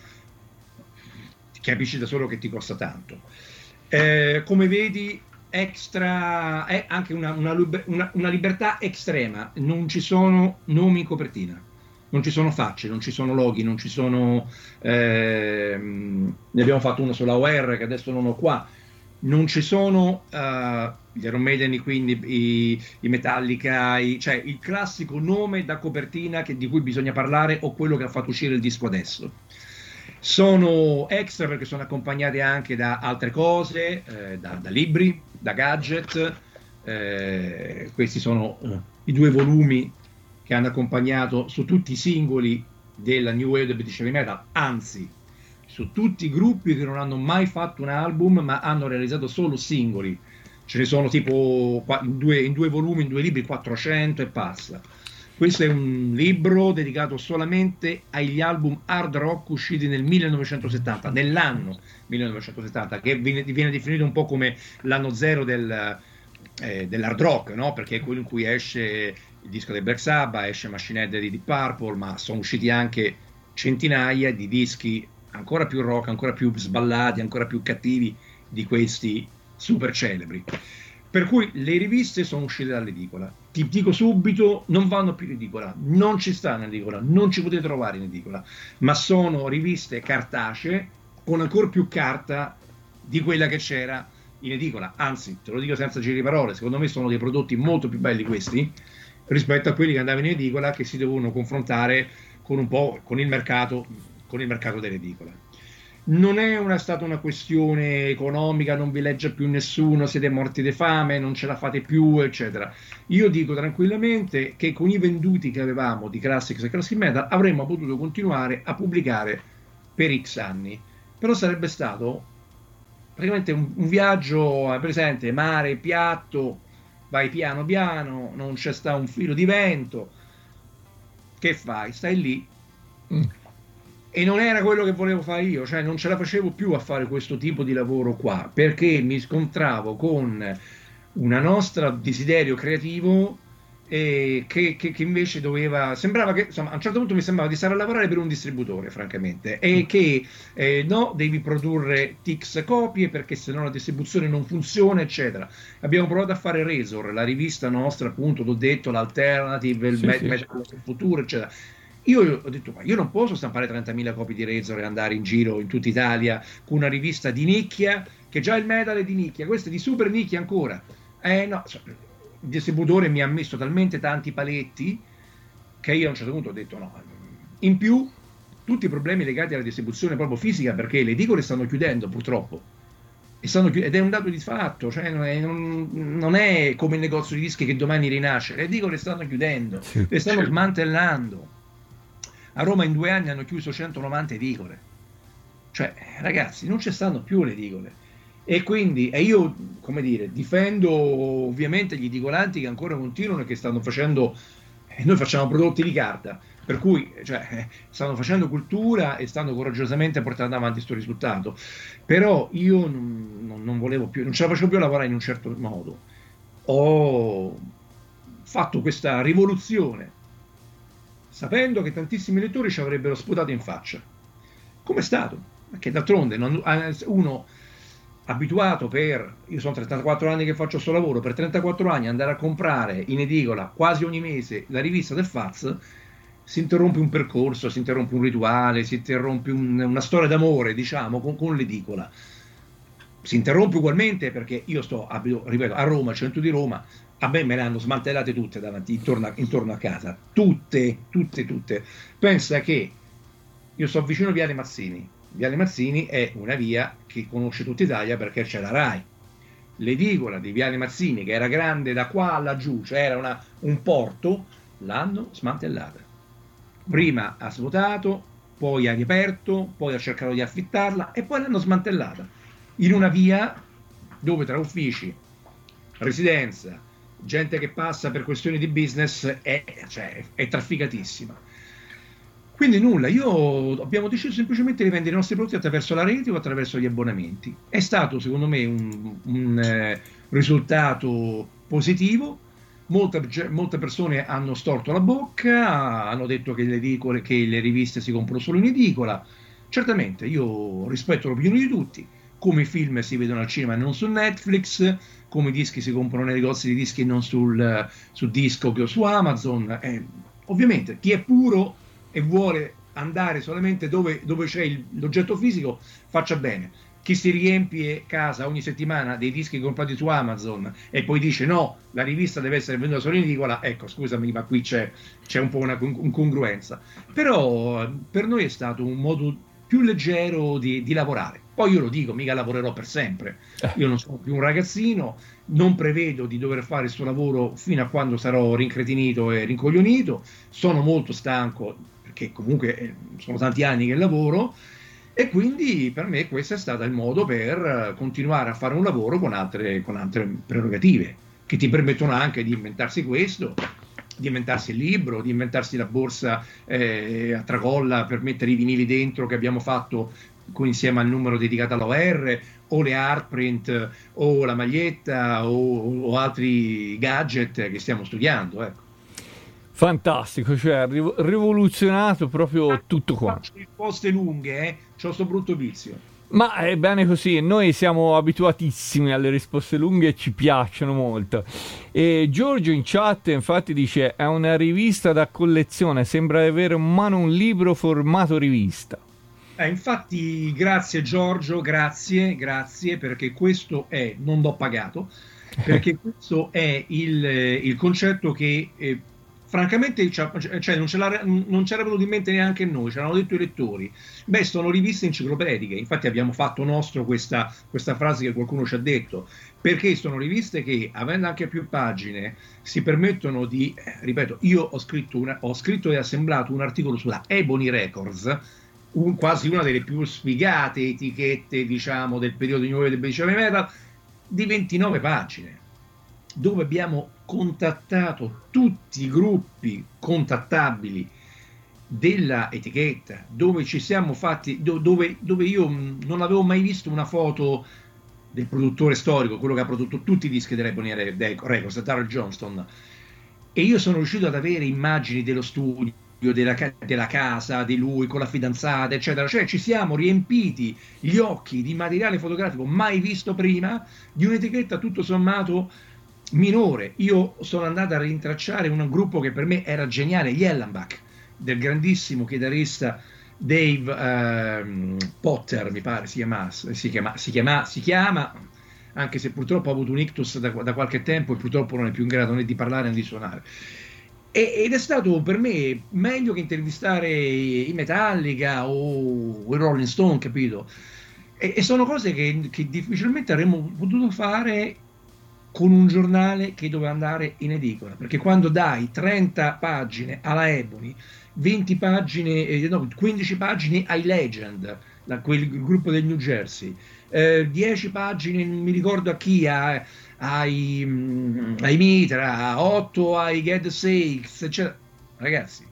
capisci da solo che ti costa tanto. Come vedi, extra è anche una libertà estrema, non ci sono nomi in copertina, non ci sono facce, non ci sono loghi, non ci sono ne abbiamo fatto uno sulla OR che adesso non ho qua, non ci sono gli Iron Maiden, quindi i Metallica, cioè il classico nome da copertina di cui bisogna parlare o quello che ha fatto uscire il disco adesso. Sono extra perché sono accompagnati anche da altre cose, da libri, da gadget. Questi sono i 2 volumi che hanno accompagnato su tutti i singoli della New Wave del British Heavy Metal, anzi su tutti i gruppi che non hanno mai fatto un album ma hanno realizzato solo singoli. Ce ne sono tipo in due volumi, in 2 libri, 400 e passa. Questo è un libro dedicato solamente agli album hard rock usciti nel 1970, nell'anno 1970, che viene definito un po' come l'anno zero dell'hard rock, no? Perché è quello in cui esce il disco dei Black Sabbath, esce Machine Head di Deep Purple, ma sono usciti anche centinaia di dischi ancora più rock, ancora più sballati, ancora più cattivi di questi super celebri. Per cui le riviste sono uscite dall'edicola. Ti dico subito, non vanno più in edicola, non ci stanno in edicola, non ci potete trovare in edicola, ma sono riviste cartacee con ancora più carta di quella che c'era in edicola. Anzi, te lo dico senza giri di parole, secondo me sono dei prodotti molto più belli questi rispetto a quelli che andavano in edicola, che si devono confrontare con un po' con il mercato dell'edicola. Non è stata una questione economica, non vi legge più nessuno, siete morti di fame, non ce la fate più, eccetera. Io dico tranquillamente che con i venduti che avevamo di Classics e Classic Metal avremmo potuto continuare a pubblicare per X anni, però sarebbe stato praticamente un viaggio, presente, mare, piatto, vai piano piano, non c'è sta un filo di vento, che fai? Stai lì. E non era quello che volevo fare io, cioè non ce la facevo più a fare questo tipo di lavoro qua, perché mi scontravo con una nostra desiderio creativo che invece sembrava che, insomma, a un certo punto mi sembrava di stare a lavorare per un distributore, francamente, e che no, devi produrre X copie perché sennò la distribuzione non funziona, eccetera. Abbiamo provato a fare Razor, la rivista nostra, appunto, l'ho detto, l'Alternative, il Metal del futuro, eccetera. Io ho detto, ma io non posso stampare 30.000 copie di Razor e andare in giro in tutta Italia con una rivista di nicchia, che già il metal è di nicchia, questa è di super nicchia ancora. No, il distributore mi ha messo talmente tanti paletti che io a un certo punto ho detto no. In più, tutti i problemi legati alla distribuzione proprio fisica, perché le edicole stanno chiudendo purtroppo. Ed è un dato di fatto, cioè non è come il negozio di dischi che domani rinasce, le edicole stanno chiudendo, le stanno smantellando. A Roma in 2 anni hanno chiuso 190 edicole. Cioè, ragazzi, non ci stanno più le edicole. E quindi, io, come dire, difendo ovviamente gli edicolanti che ancora continuano e che stanno facendo, noi facciamo prodotti di carta, per cui stanno facendo cultura e stanno coraggiosamente portando avanti questo risultato. Però io non volevo più, non ce la facevo più a lavorare in un certo modo. Ho fatto questa rivoluzione sapendo che tantissimi lettori ci avrebbero sputato in faccia. Come è stato? Perché d'altronde uno abituato io sono 34 anni che faccio questo lavoro, per 34 anni andare a comprare in edicola quasi ogni mese la rivista del Faz, si interrompe un percorso, si interrompe un rituale, si interrompe una storia d'amore, diciamo, con l'edicola. Si interrompe ugualmente perché io ripeto, a Roma, al centro di Roma, a me le hanno smantellate tutte davanti, intorno a casa, tutte. Pensa che io sto vicino a Viale Mazzini. Viale Mazzini è una via che conosce tutta Italia perché c'è la RAI. L'edicola di Viale Mazzini, che era grande da qua a laggiù, cioè era un porto, l'hanno smantellata. Prima ha svuotato, poi ha riaperto, poi ha cercato di affittarla e poi l'hanno smantellata. In una via dove tra uffici, residenza, gente che passa per questioni di business è trafficatissima. Quindi nulla, abbiamo deciso semplicemente di vendere i nostri prodotti attraverso la rete o attraverso gli abbonamenti. È stato secondo me un risultato positivo. Molte persone hanno storto la bocca, hanno detto che le riviste si comprano solo in edicola. Certamente io rispetto l'opinione di tutti, come i film si vedono al cinema e non su Netflix, come i dischi si comprano nei negozi di dischi e non su Discog o su Amazon. Ovviamente chi è puro e vuole andare solamente dove c'è l'oggetto fisico, faccia bene. Chi si riempie casa ogni settimana dei dischi comprati su Amazon e poi dice no, la rivista deve essere venduta solo in edicola, ecco, scusami, ma qui c'è un po' una incongruenza. Però per noi è stato un modo più leggero di lavorare. Poi io lo dico, mica lavorerò per sempre. Io non sono più un ragazzino, non prevedo di dover fare questo lavoro fino a quando sarò rincretinito e rincoglionito. Sono molto stanco, perché comunque sono tanti anni che lavoro, e quindi per me questo è stato il modo per continuare a fare un lavoro con altre prerogative, che ti permettono anche di inventarsi questo, di inventarsi il libro, di inventarsi la borsa a tracolla per mettere i vinili dentro che abbiamo fatto insieme al numero dedicato all'OR, o le artprint o la maglietta o altri gadget che stiamo studiando, ecco. Fantastico, cioè ha rivoluzionato proprio tutto qua. Faccio risposte lunghe, c'ho sto brutto vizio. Ma è bene così, noi siamo abituatissimi alle risposte lunghe e ci piacciono molto. E Giorgio in chat infatti dice: è una rivista da collezione, sembra di avere in mano un libro formato rivista. Infatti, grazie Giorgio, grazie perché questo è, non l'ho pagato, perché questo è il concetto che francamente cioè, non c'era venuto in mente neanche noi, ce l'hanno detto i lettori. Beh, sono riviste enciclopediche, infatti abbiamo fatto nostro questa frase che qualcuno ci ha detto, perché sono riviste che, avendo anche più pagine, si permettono di, ripeto, io ho scritto e assemblato un articolo sulla Ebony Records, quasi una delle più sfigate etichette, diciamo, del periodo di New Wave del heavy metal, di 29 pagine, dove abbiamo contattato tutti i gruppi contattabili della etichetta, dove ci siamo fatti, dove io non avevo mai visto una foto del produttore storico, quello che ha prodotto tutti i dischi dell'Ebony Records, Darrell Johnston, e io sono riuscito ad avere immagini dello studio, della casa, di lui con la fidanzata, eccetera. Cioè ci siamo riempiti gli occhi di materiale fotografico mai visto prima, di un'etichetta tutto sommato minore. Io sono andato a rintracciare un gruppo che per me era geniale, gli Ellenbach, del grandissimo chitarrista Dave Potter, mi pare si chiama, anche se purtroppo ha avuto un ictus da qualche tempo e purtroppo non è più in grado né di parlare né di suonare. Ed è stato per me meglio che intervistare i Metallica o i Rolling Stone, capito? E sono cose che difficilmente avremmo potuto fare con un giornale che doveva andare in edicola, perché quando dai 30 pagine alla Ebony, 20 pagine, no, 15 pagine ai Legend, quel gruppo del New Jersey, 10 pagine, non mi ricordo a chi, ai Mitra, 8 ai Get Sakes, eccetera. Ragazzi,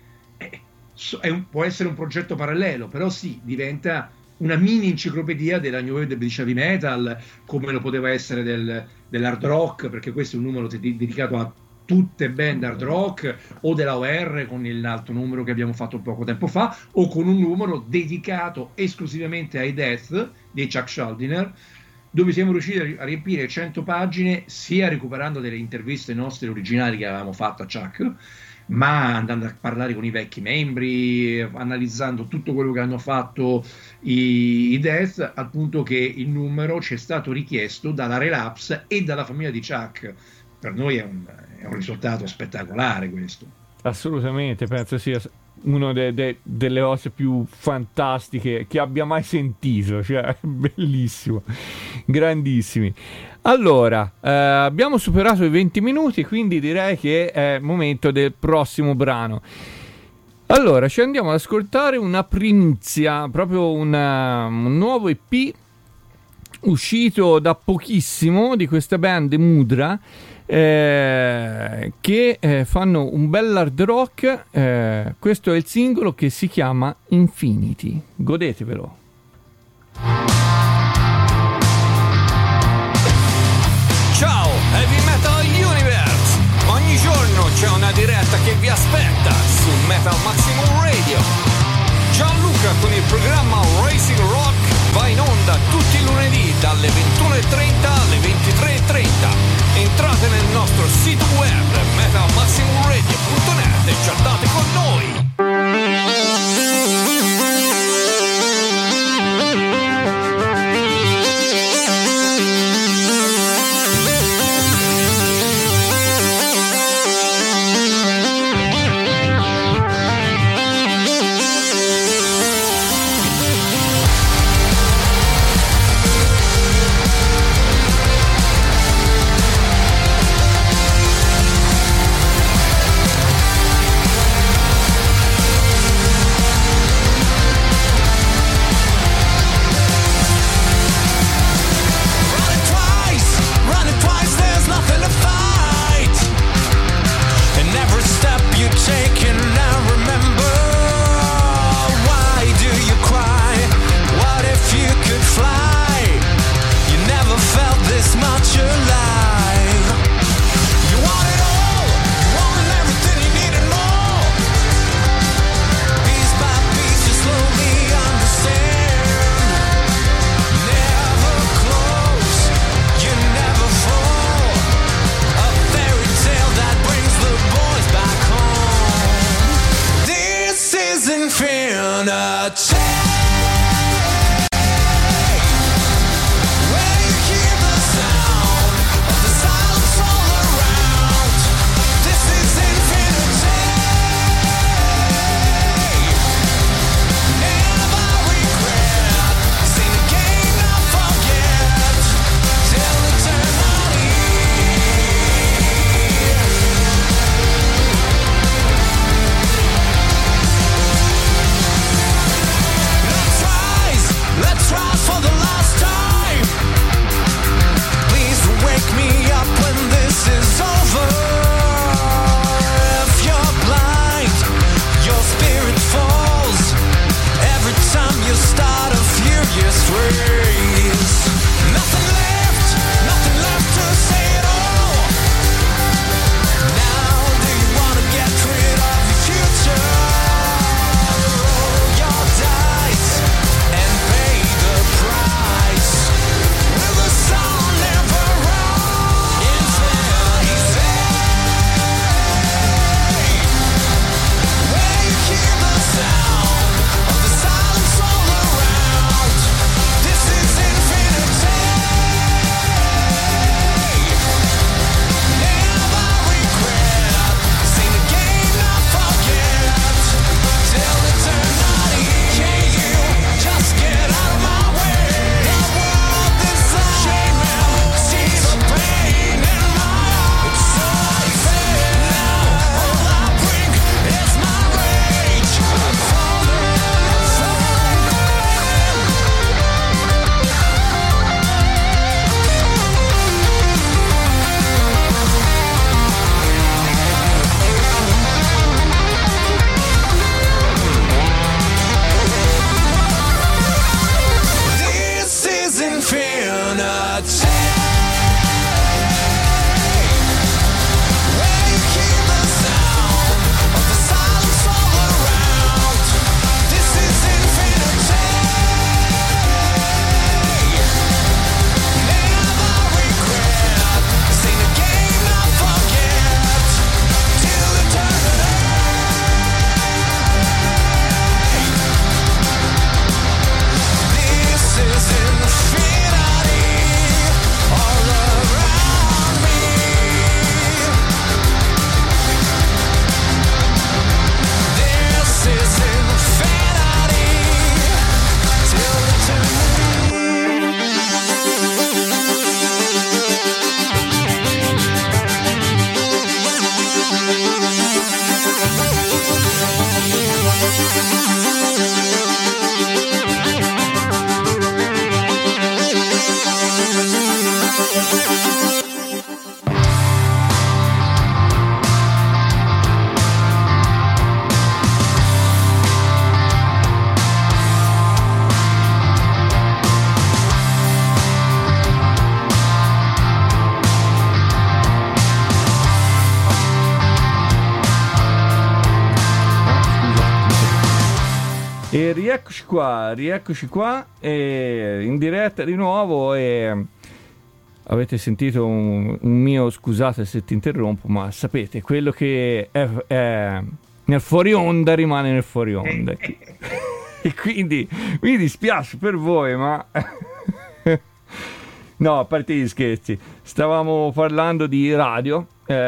può essere un progetto parallelo, però sì, diventa una mini enciclopedia della New Wave del British Heavy Metal, come lo poteva essere dell'hard rock, perché questo è un numero dedicato a tutte band hard rock, o della OR con l'altro numero che abbiamo fatto poco tempo fa, o con un numero dedicato esclusivamente ai Death dei Chuck Schuldiner, dove siamo riusciti a riempire 100 pagine, sia recuperando delle interviste nostre originali che avevamo fatto a Chuck, ma andando a parlare con i vecchi membri, analizzando tutto quello che hanno fatto i Death, al punto che il numero ci è stato richiesto dalla Relapse e dalla famiglia di Chuck. Per noi è un risultato spettacolare questo. Assolutamente, penso sia una delle cose più fantastiche che abbia mai sentito, cioè bellissimo, grandissimi. Allora, abbiamo superato i 20 minuti, quindi direi che è il momento del prossimo brano. Allora, ci andiamo ad ascoltare una primizia, proprio un nuovo EP uscito da pochissimo di questa band Mudra, che fanno un bel hard rock. Questo è il singolo che si chiama Infinity. Godetevelo. Ciao Heavy Metal Universe! Ogni giorno c'è una diretta che vi aspetta su Metal Maximum Radio. Gianluca con il programma Racing Rock va in onda tutti i lunedì dalle 21:30 alle 23:30. Entrate nel nostro sito web metalmaximumradio.net e chattate con noi. rieccoci qua in diretta di nuovo e avete sentito un mio, scusate se ti interrompo, ma sapete, quello che è nel fuori onda rimane nel fuori onda. E quindi mi dispiace per voi, ma no, a parte gli scherzi, stavamo parlando di radio,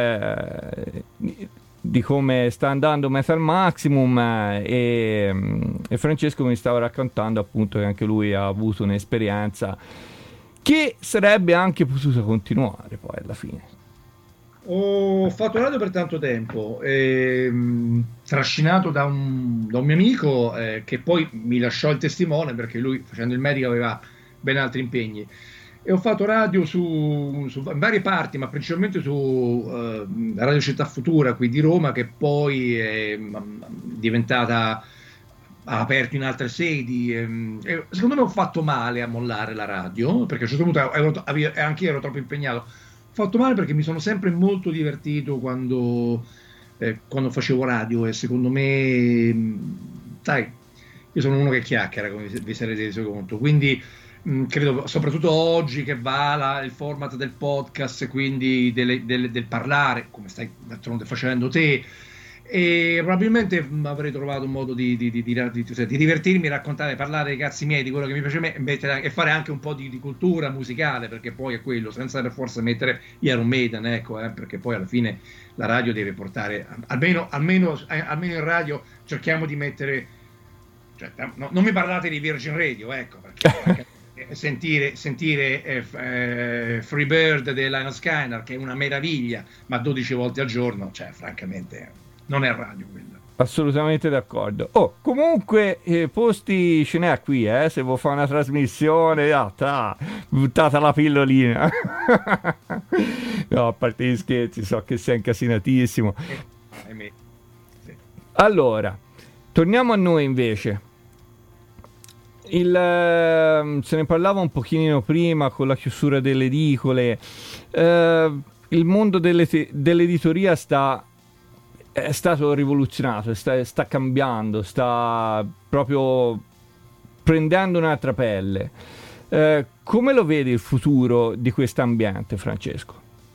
di come sta andando Metal Maximum e Francesco mi stava raccontando appunto che anche lui ha avuto un'esperienza che sarebbe anche potuta continuare poi alla fine. Ho fatto radio per tanto tempo, trascinato da un mio amico che poi mi lasciò il testimone perché lui, facendo il medico, aveva ben altri impegni. E ho fatto radio su varie parti, ma principalmente su Radio Città Futura qui di Roma, che poi è diventata, ha aperto in altre sedi. E secondo me ho fatto male a mollare la radio, perché a un certo punto anche io ero troppo impegnato. Ho fatto male perché mi sono sempre molto divertito quando facevo radio, e secondo me, sai, io sono uno che chiacchiera, come vi sarete resi conto, quindi credo soprattutto oggi che va il format del podcast, quindi del parlare, come stai d'altronde facendo te, e probabilmente avrei trovato un modo di divertirmi, raccontare, parlare dei cazzi miei, di quello che mi piace a me, e fare anche un po' di cultura musicale, perché poi è quello, senza per forza mettere gli Iron Maiden, ecco, perché poi alla fine la radio deve portare, almeno in radio cerchiamo di mettere, cioè, no, non mi parlate di Virgin Radio, ecco, perché sentire Free Bird di Lynyrd Skynyrd, che è una meraviglia, ma 12 volte al giorno, cioè francamente non è radio quella. Assolutamente d'accordo. Comunque posti ce n'è qui, se vuoi fare una trasmissione, buttata la pillolina. No, a parte gli scherzi, so che sei incasinatissimo. Sì. Allora, torniamo a noi invece. Se ne parlava un pochino prima con la chiusura delle edicole. Il mondo dell'editoria è stato rivoluzionato, sta cambiando, sta proprio prendendo un'altra pelle. Come lo vedi il futuro di questo ambiente, Francesco?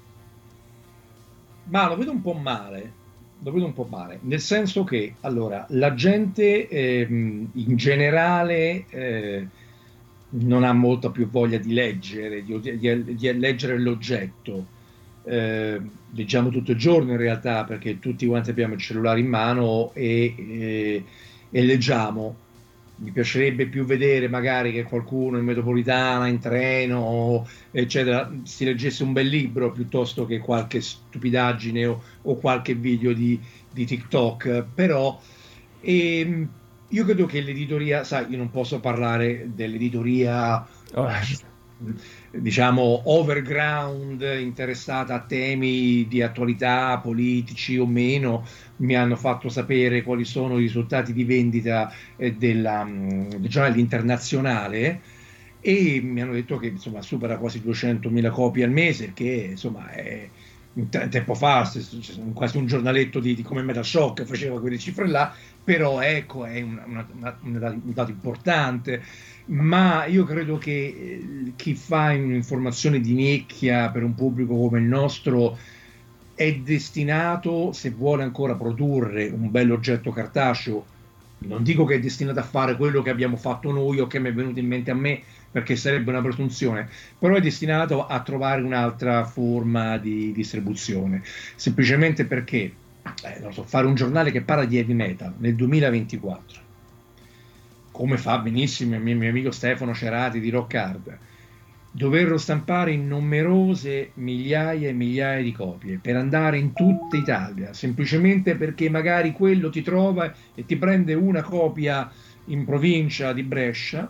Ma lo vedo un po' male, nel senso che, allora, la gente in generale non ha molta più voglia di leggere, di leggere l'oggetto. Leggiamo tutto il giorno in realtà, perché tutti quanti abbiamo il cellulare in mano e leggiamo. Mi piacerebbe più vedere magari che qualcuno in metropolitana, in treno, eccetera, si leggesse un bel libro piuttosto che qualche stupidaggine o qualche video di TikTok. Però io credo che l'editoria, sai, io non posso parlare dell'editoria diciamo overground, interessata a temi di attualità politici o meno. Mi hanno fatto sapere quali sono i risultati di vendita del giornale Internazionale e mi hanno detto che insomma supera quasi 200.000 copie al mese, che insomma è tempo fa quasi un giornaletto di come Metashock faceva quelle cifre là, però ecco, è un dato importante. Ma io credo che chi fa un'informazione di nicchia per un pubblico come il nostro è destinato, se vuole ancora produrre un bell'oggetto cartaceo, non dico che è destinato a fare quello che abbiamo fatto noi o che mi è venuto in mente a me, perché sarebbe una presunzione, però è destinato a trovare un'altra forma di distribuzione, semplicemente perché non so, fare un giornale che parla di heavy metal nel 2024, come fa benissimo il mio amico Stefano Cerati di Rock Hard, doverlo stampare in numerose migliaia e migliaia di copie per andare in tutta Italia, semplicemente perché magari quello ti trova e ti prende una copia in provincia di Brescia,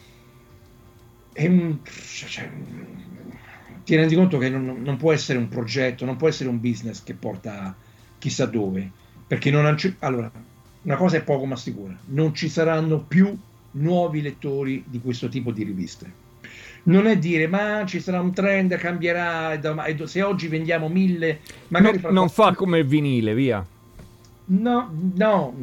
ti rendi conto che non può essere un progetto, non può essere un business che porta chissà dove, perché allora, una cosa è poco ma sicura: non ci saranno più nuovi lettori di questo tipo di riviste. Non è dire ma ci sarà un trend, cambierà, se oggi vendiamo 1000 magari non fa come il vinile, via. No.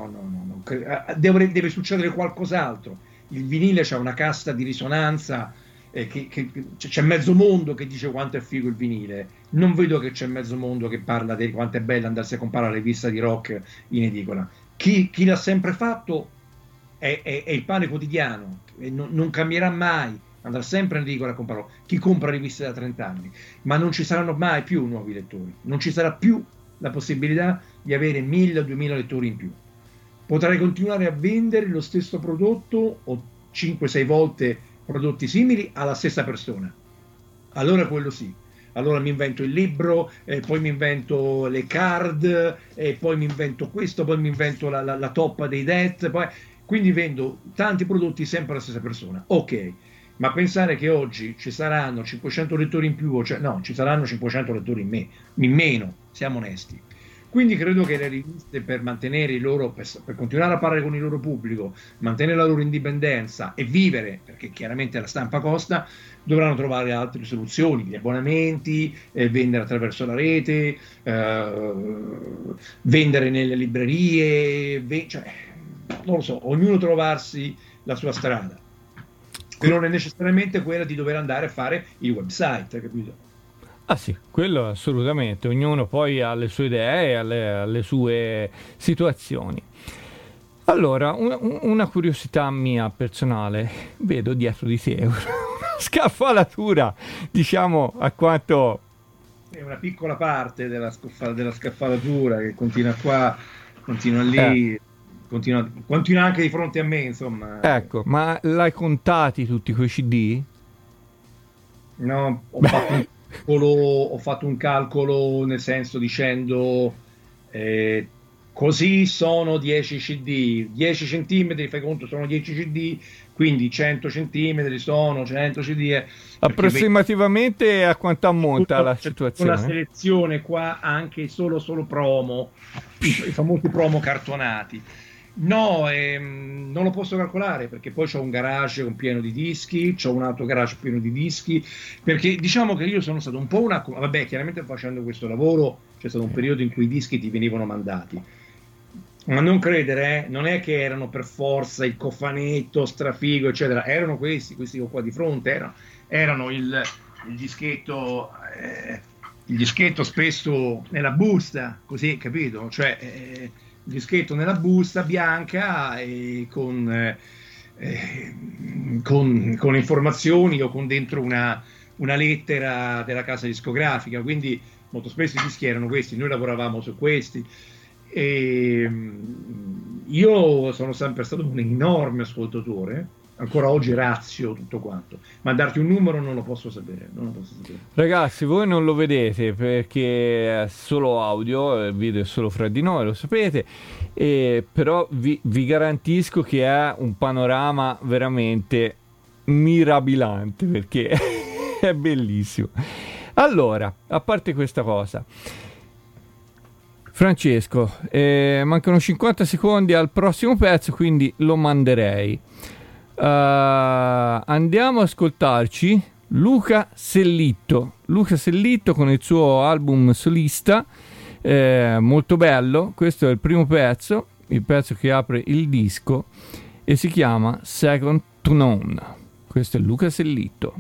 Deve succedere qualcos'altro. Il vinile c'ha una cassa di risonanza, c'è mezzo mondo che dice quanto è figo il vinile. Non vedo che c'è mezzo mondo che parla di quanto è bello andarsi a comprare la rivista di rock in edicola. Chi l'ha sempre fatto è il pane quotidiano, e non cambierà mai. Andrà sempre in edicola a comprarlo. Chi compra riviste da 30 anni, ma non ci saranno mai più nuovi lettori, non ci sarà più la possibilità di avere 1000 o 2000 lettori in più. Potrai continuare a vendere lo stesso prodotto o 5-6 volte prodotti simili alla stessa persona. Allora quello sì. Allora mi invento il libro, poi mi invento le card, poi mi invento questo, poi mi invento la toppa dei Death, quindi vendo tanti prodotti sempre alla stessa persona. Ok, ma pensare che oggi ci saranno 500 lettori in più, no, ci saranno 500 lettori in meno, siamo onesti. Quindi credo che le riviste, per mantenere il loro, per continuare a parlare con il loro pubblico, mantenere la loro indipendenza e vivere, perché chiaramente la stampa costa, dovranno trovare altre soluzioni, gli abbonamenti, vendere attraverso la rete, vendere nelle librerie, non lo so, ognuno trovarsi la sua strada, che non è necessariamente quella di dover andare a fare il website, capito? Ah sì, quello assolutamente, ognuno poi ha le sue idee, alle sue situazioni. Allora, una curiosità mia personale, vedo dietro di te una scaffalatura, diciamo, a quanto... È una piccola parte della scaffalatura che continua qua, continua lì, continua anche di fronte a me, insomma. Ecco, ma l'hai contati tutti quei CD? No, ho fatto un calcolo, nel senso dicendo così sono 10 CD, 10 centimetri, fai conto, sono 10 CD, quindi 100 centimetri sono 100 CD. Approssimativamente a quanto ammonta la situazione? Una selezione qua anche solo promo, i famosi promo cartonati. No, non lo posso calcolare, perché poi c'ho un garage pieno di dischi, c'ho un altro garage pieno di dischi, perché diciamo che io sono stato un po' vabbè, chiaramente facendo questo lavoro c'è stato un periodo in cui i dischi ti venivano mandati, ma non credere, non è che erano per forza il cofanetto strafigo eccetera, erano questi che ho qua di fronte, erano il dischetto spesso nella busta, così, capito? Cioè il dischetto nella busta bianca e con informazioni o con dentro una lettera della casa discografica, quindi molto spesso i dischi erano questi, noi lavoravamo su questi, e io sono sempre stato un enorme ascoltatore, ancora oggi razio tutto quanto, ma darti un numero non lo posso sapere. Ragazzi, voi non lo vedete perché è solo audio, il video è solo fra di noi, lo sapete, però vi garantisco che è un panorama veramente mirabilante, perché è bellissimo. Allora, a parte questa cosa, Francesco, mancano 50 secondi al prossimo pezzo, quindi lo manderei. Andiamo ad ascoltarci Luca Sellitto con il suo album solista, molto bello. Questo è il primo pezzo, il pezzo che apre il disco, e si chiama Second to None. Questo è Luca Sellitto.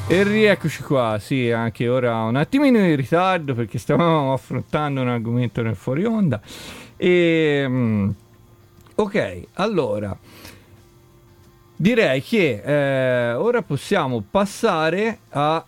E rieccoci qua, sì, anche ora un attimino in ritardo perché stavamo affrontando un argomento nel fuori onda. Ok, allora direi che ora possiamo passare a...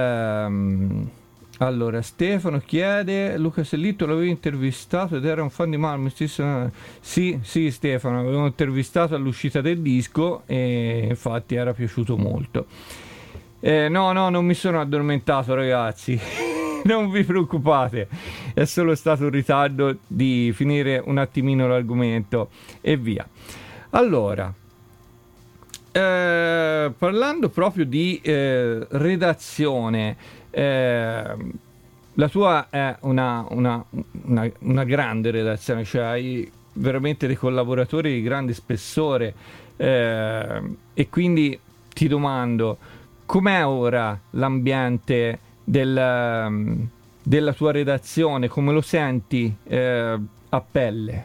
allora, Stefano chiede: Luca Sellitto l'avevi intervistato ed era un fan di Malmo? Sì, Stefano, avevo intervistato all'uscita del disco e infatti era piaciuto molto. No, non mi sono addormentato, ragazzi. Non vi preoccupate, è solo stato un ritardo di finire un attimino l'argomento e via. Allora, parlando proprio di redazione, la tua è una grande redazione, cioè hai veramente dei collaboratori di grande spessore, e quindi ti domando: com'è ora l'ambiente della tua redazione? Come lo senti a pelle?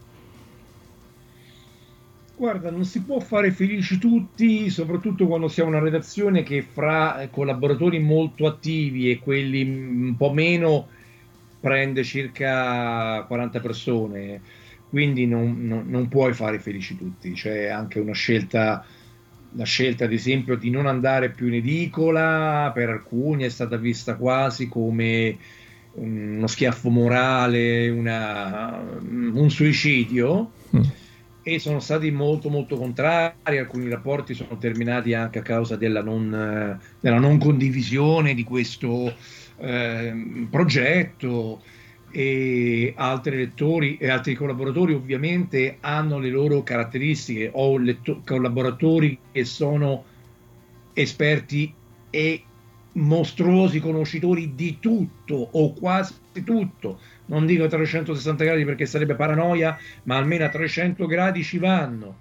Guarda, non si può fare felici tutti, soprattutto quando si ha una redazione che fra collaboratori molto attivi e quelli un po' meno prende circa 40 persone, quindi non puoi fare felici tutti. C'è anche una scelta, la scelta ad esempio di non andare più in edicola, per alcuni è stata vista quasi come uno schiaffo morale, un suicidio. E sono stati molto molto contrari. Alcuni rapporti sono terminati anche a causa della non condivisione di questo progetto, e altri lettori e altri collaboratori ovviamente hanno le loro caratteristiche. Ho collaboratori che sono esperti e mostruosi conoscitori di tutto o quasi tutto, non dico a 360 gradi perché sarebbe paranoia, ma almeno a 300 gradi ci vanno.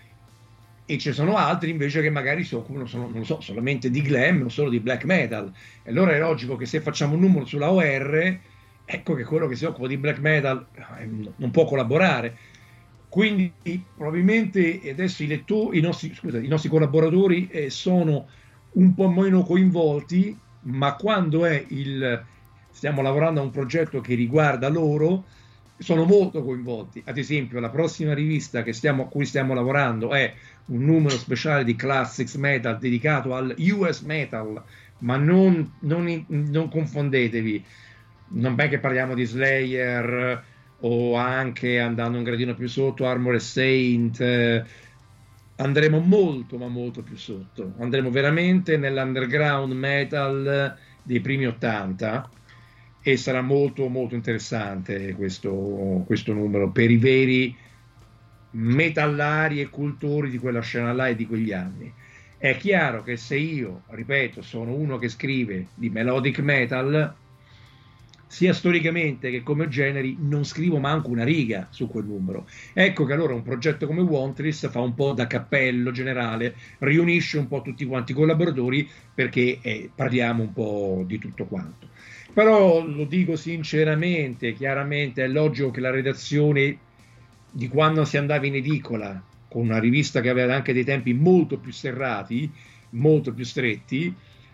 E ci sono altri invece che magari si occupano non lo so, solamente di glam o solo di black metal, e allora è logico che se facciamo un numero sulla OR, ecco che quello che si occupa di black metal non può collaborare. Quindi probabilmente adesso i nostri collaboratori sono un po' meno coinvolti, ma quando stiamo lavorando a un progetto che riguarda loro, sono molto coinvolti. Ad esempio, la prossima rivista a cui stiamo lavorando è un numero speciale di Classics Metal dedicato al US Metal, ma non confondetevi, non è che parliamo di Slayer o anche, andando un gradino più sotto, Armored Saint. Andremo molto ma molto più sotto, andremo veramente nell'underground metal dei primi 80, e sarà molto molto interessante questo numero per i veri metallari e cultori di quella scena là e di quegli anni. È chiaro che se io, ripeto, sono uno che scrive di melodic metal, sia storicamente che come generi, non scrivo manco una riga su quel numero. Ecco che allora un progetto come Wantris fa un po' da cappello generale, riunisce un po' tutti quanti i collaboratori, perché parliamo un po' di tutto quanto. Però lo dico sinceramente, chiaramente, è logico che la redazione di quando si andava in edicola, con una rivista che aveva anche dei tempi molto più serrati, molto più stretti,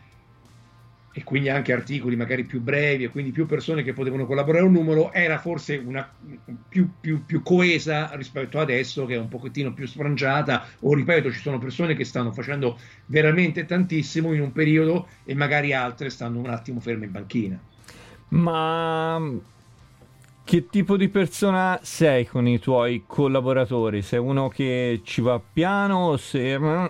e quindi anche articoli magari più brevi e quindi più persone che potevano collaborare a un numero, era forse una più coesa rispetto adesso, che è un pochettino più sfrangiata, o ripeto, ci sono persone che stanno facendo veramente tantissimo in un periodo e magari altre stanno un attimo ferme in banchina. Ma che tipo di persona sei con i tuoi collaboratori? Sei uno che ci va piano o se...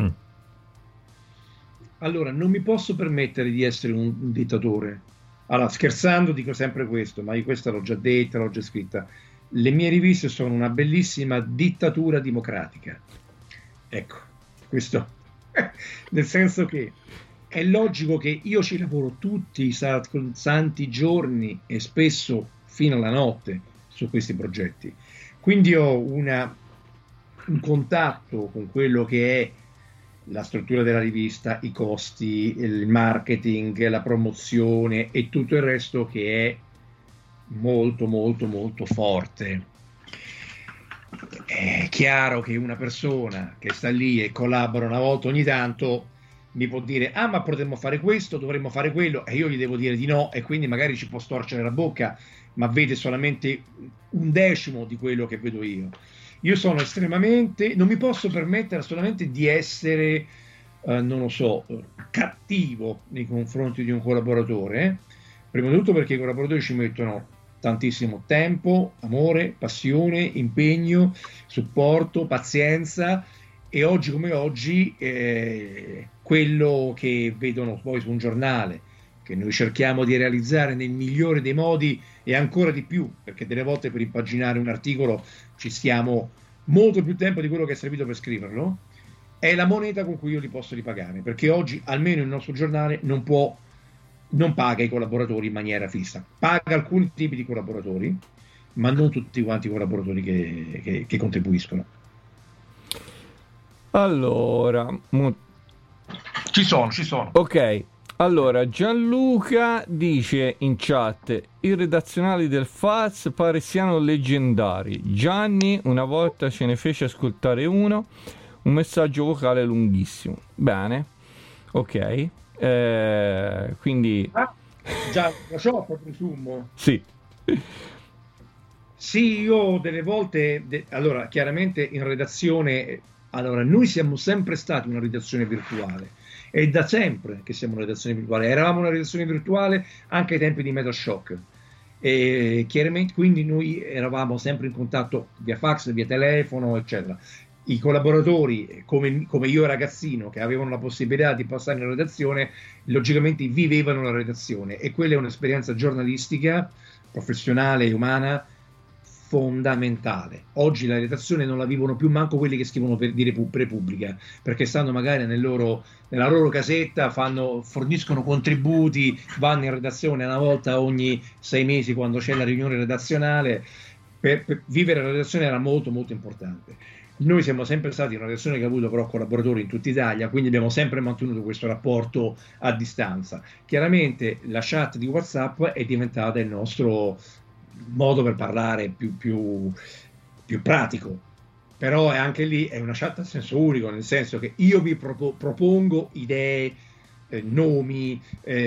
Allora, non mi posso permettere di essere un dittatore. Allora, scherzando dico sempre questo, ma io questa l'ho già detta, l'ho già scritta. Le mie riviste sono una bellissima dittatura democratica. Ecco, questo. Nel senso che è logico che io ci lavoro tutti i santi giorni e spesso fino alla notte su questi progetti. Quindi ho un contatto con quello che è la struttura della rivista, i costi, il marketing, la promozione e tutto il resto, che è molto molto molto forte. È chiaro che una persona che sta lì e collabora una volta ogni tanto mi può dire ma potremmo fare questo, dovremmo fare quello, e io gli devo dire di no, e quindi magari ci può storcere la bocca, ma vede solamente 1/10 di quello che vedo io. Io sono estremamente, non mi posso permettere assolutamente di essere non lo so, cattivo nei confronti di un collaboratore, prima di tutto perché i collaboratori ci mettono tantissimo tempo, amore, passione, impegno, supporto, pazienza, e oggi come oggi quello che vedono poi su un giornale, che noi cerchiamo di realizzare nel migliore dei modi e ancora di più, perché delle volte per impaginare un articolo ci stiamo molto più tempo di quello che è servito per scriverlo, è la moneta con cui io li posso ripagare, perché oggi almeno il nostro giornale non paga i collaboratori in maniera fissa, paga alcuni tipi di collaboratori, ma non tutti quanti i collaboratori che contribuiscono. Allora, ci sono. Ok, allora Gianluca dice in chat: i redazionali del Faz pare siano leggendari. Gianni una volta ce ne fece ascoltare un messaggio vocale lunghissimo. Bene, ok. Quindi già la shop, presumo. Sì. Sì, io delle volte allora chiaramente in redazione, allora noi siamo sempre stati una redazione virtuale, e da sempre che siamo una redazione virtuale, eravamo una redazione virtuale anche ai tempi di Metal Shock, e chiaramente quindi noi eravamo sempre in contatto via fax, via telefono, eccetera. I collaboratori, come io ragazzino, che avevano la possibilità di passare in redazione, logicamente vivevano la redazione, e quella è un'esperienza giornalistica, professionale e umana fondamentale. Oggi la redazione non la vivono più manco quelli che scrivono per dire Repubblica, perché stanno magari nella loro casetta, forniscono contributi, vanno in redazione una volta ogni 6 mesi quando c'è la riunione redazionale. Per vivere la redazione era molto molto importante. Noi siamo sempre stati una redazione che ha avuto però collaboratori in tutta Italia, quindi abbiamo sempre mantenuto questo rapporto a distanza. Chiaramente la chat di WhatsApp è diventata il nostro modo per parlare più pratico, però anche lì è una chat a senso unico, nel senso che io vi propongo idee, nomi,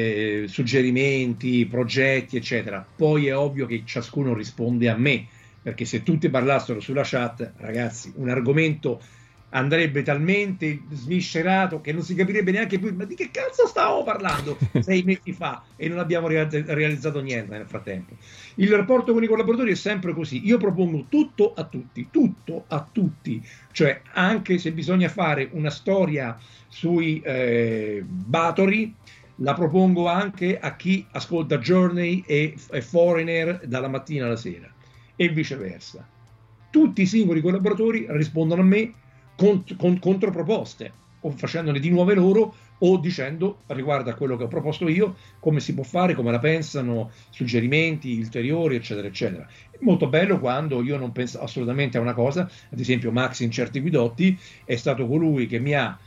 suggerimenti, progetti, eccetera. Poi è ovvio che ciascuno risponde a me, perché se tutti parlassero sulla chat, ragazzi, un argomento andrebbe talmente sviscerato che non si capirebbe neanche più ma di che cazzo stavamo parlando 6 mesi fa, e non abbiamo realizzato niente nel frattempo. Il rapporto con i collaboratori è sempre così: io propongo tutto a tutti, cioè anche se bisogna fare una storia sui Bathory, la propongo anche a chi ascolta Journey e Foreigner dalla mattina alla sera, e viceversa. Tutti i singoli collaboratori rispondono a me con controproposte, o facendone di nuove loro, o dicendo riguardo a quello che ho proposto io, come si può fare, come la pensano, suggerimenti ulteriori, eccetera, eccetera. È molto bello quando io non penso assolutamente a una cosa, ad esempio Max in certi guidotti è stato colui che mi ha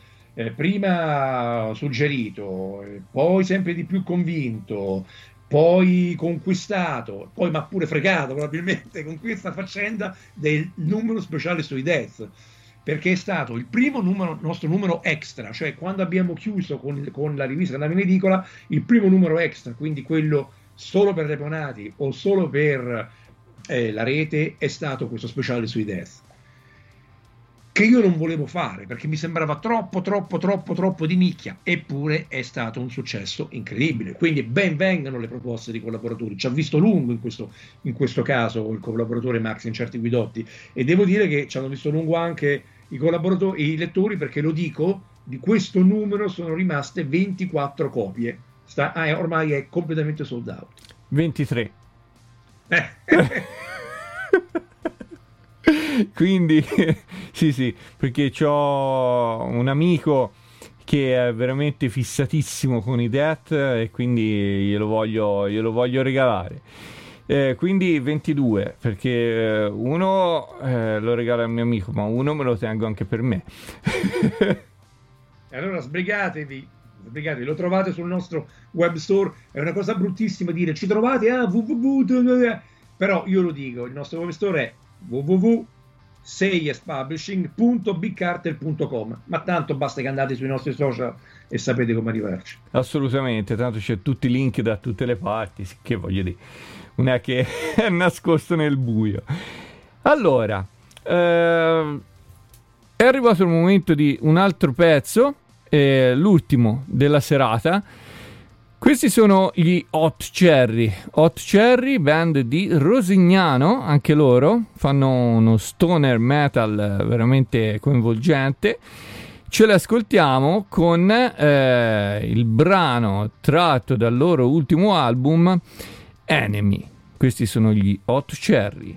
prima suggerito, poi sempre di più convinto, poi conquistato, poi ma pure fregato probabilmente con questa faccenda del numero speciale sui Death, perché è stato il primo nostro numero extra, cioè quando abbiamo chiuso con la rivista che andava in edicola, il primo numero extra, quindi quello solo per Reponati o solo per la rete, è stato questo speciale sui Death, che io non volevo fare perché mi sembrava troppo di nicchia, eppure è stato un successo incredibile. Quindi ben vengano le proposte di collaboratori. Ci ha visto lungo in questo caso il collaboratore Max in certi guidotti, e devo dire che ci hanno visto lungo anche i lettori, perché lo dico, di questo numero sono rimaste 24 copie, ormai è completamente sold out. 23. Quindi sì, perché c'ho un amico che è veramente fissatissimo con i Death, e quindi glielo voglio regalare. Quindi 22, perché uno lo regalo al mio amico, ma uno me lo tengo anche per me. E allora sbrigatevi, lo trovate sul nostro web store. È una cosa bruttissima dire ci trovate a www, però io lo dico, il nostro web store è www seyerspublishing.bigcartel.com, ma tanto basta che andate sui nostri social e sapete come arrivarci. Assolutamente, tanto c'è tutti i link da tutte le parti, che voglio dire, non è che è nascosto nel buio. Allora, è arrivato il momento di un altro pezzo, l'ultimo della serata. Questi sono gli Hot Cherry, band di Rosignano, anche loro fanno uno stoner metal veramente coinvolgente. Ce l'ascoltiamo con il brano tratto dal loro ultimo album, Enemy. Questi sono gli Hot Cherry.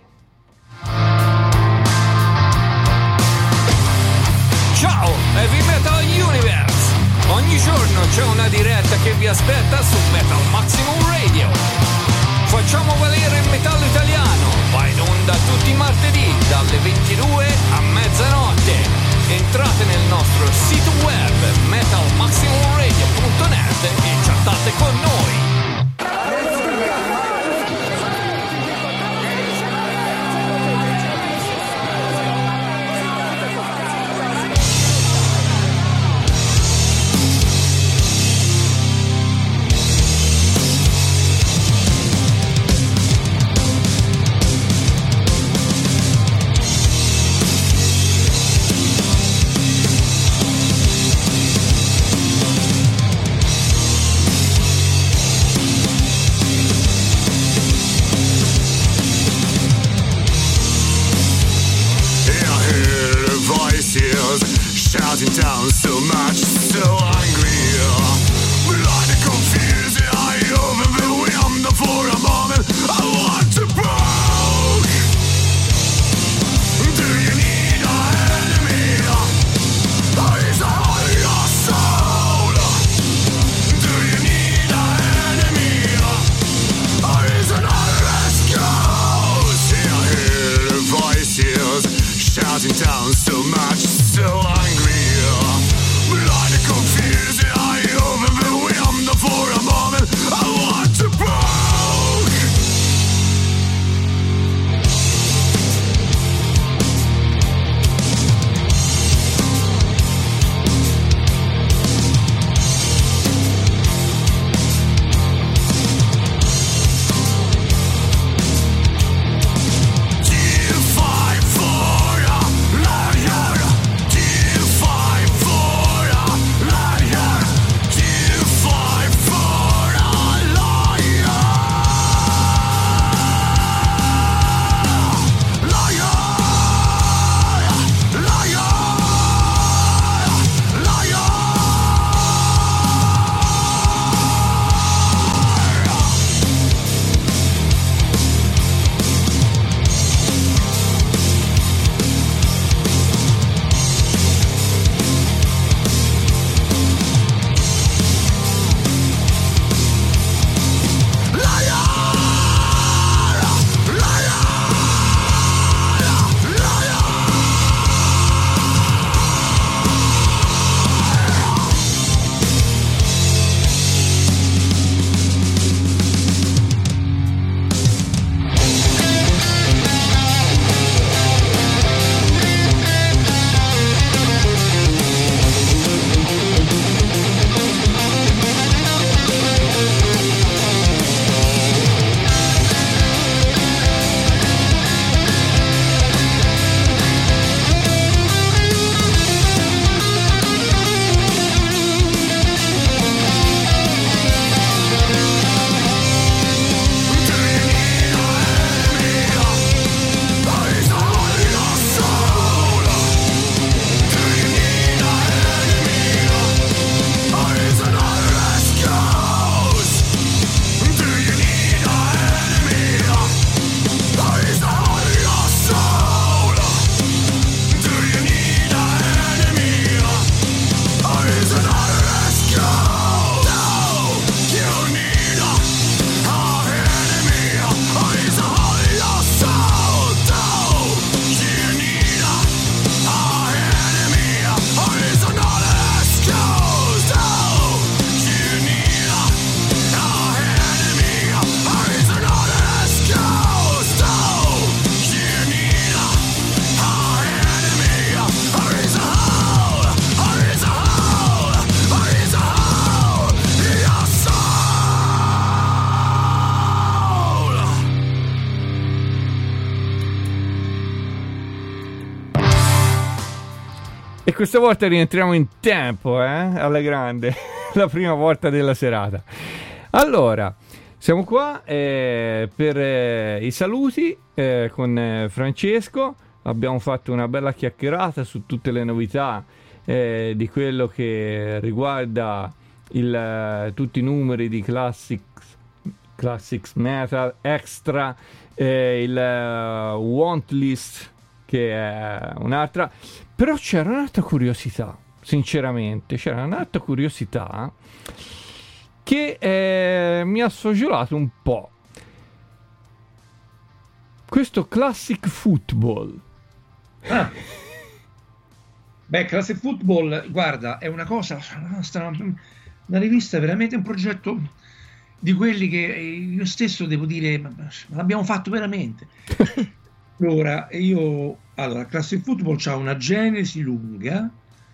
Ciao, Heavy Metal Universe! Ogni giorno c'è una diretta che vi aspetta su Metal Maximum Radio. Facciamo valere il metallo italiano, va in onda tutti i martedì dalle 22 a mezzanotte. Entrate nel nostro sito web metalmaximumradio.net e chattate con noi. Shouting down so much, so angry, blind and confused, I overwhelmed for a moment. I want to broke. Do you need an enemy? Is all your soul? Do you need an enemy? Is another ghost? I hear voices shouting down so much, so angry. Blind and confused, I overwhelmed for a moment. I want to broke. You fight for a lawyer. E questa volta rientriamo in tempo, alla grande, la prima volta della serata. Allora, siamo qua per i saluti con Francesco. Abbiamo fatto una bella chiacchierata su tutte le novità di quello che riguarda tutti i numeri di Classics Metal Extra, il Want List, che è un'altra. Però c'era un'altra curiosità, sinceramente, c'era un'altra curiosità che mi ha soggiolato un po'. Questo Classic Football. Beh, Classic Football, guarda, è una cosa, una rivista, veramente un progetto di quelli che io stesso devo dire, ma l'abbiamo fatto veramente. Allora, Classic Football c'ha una genesi lunga,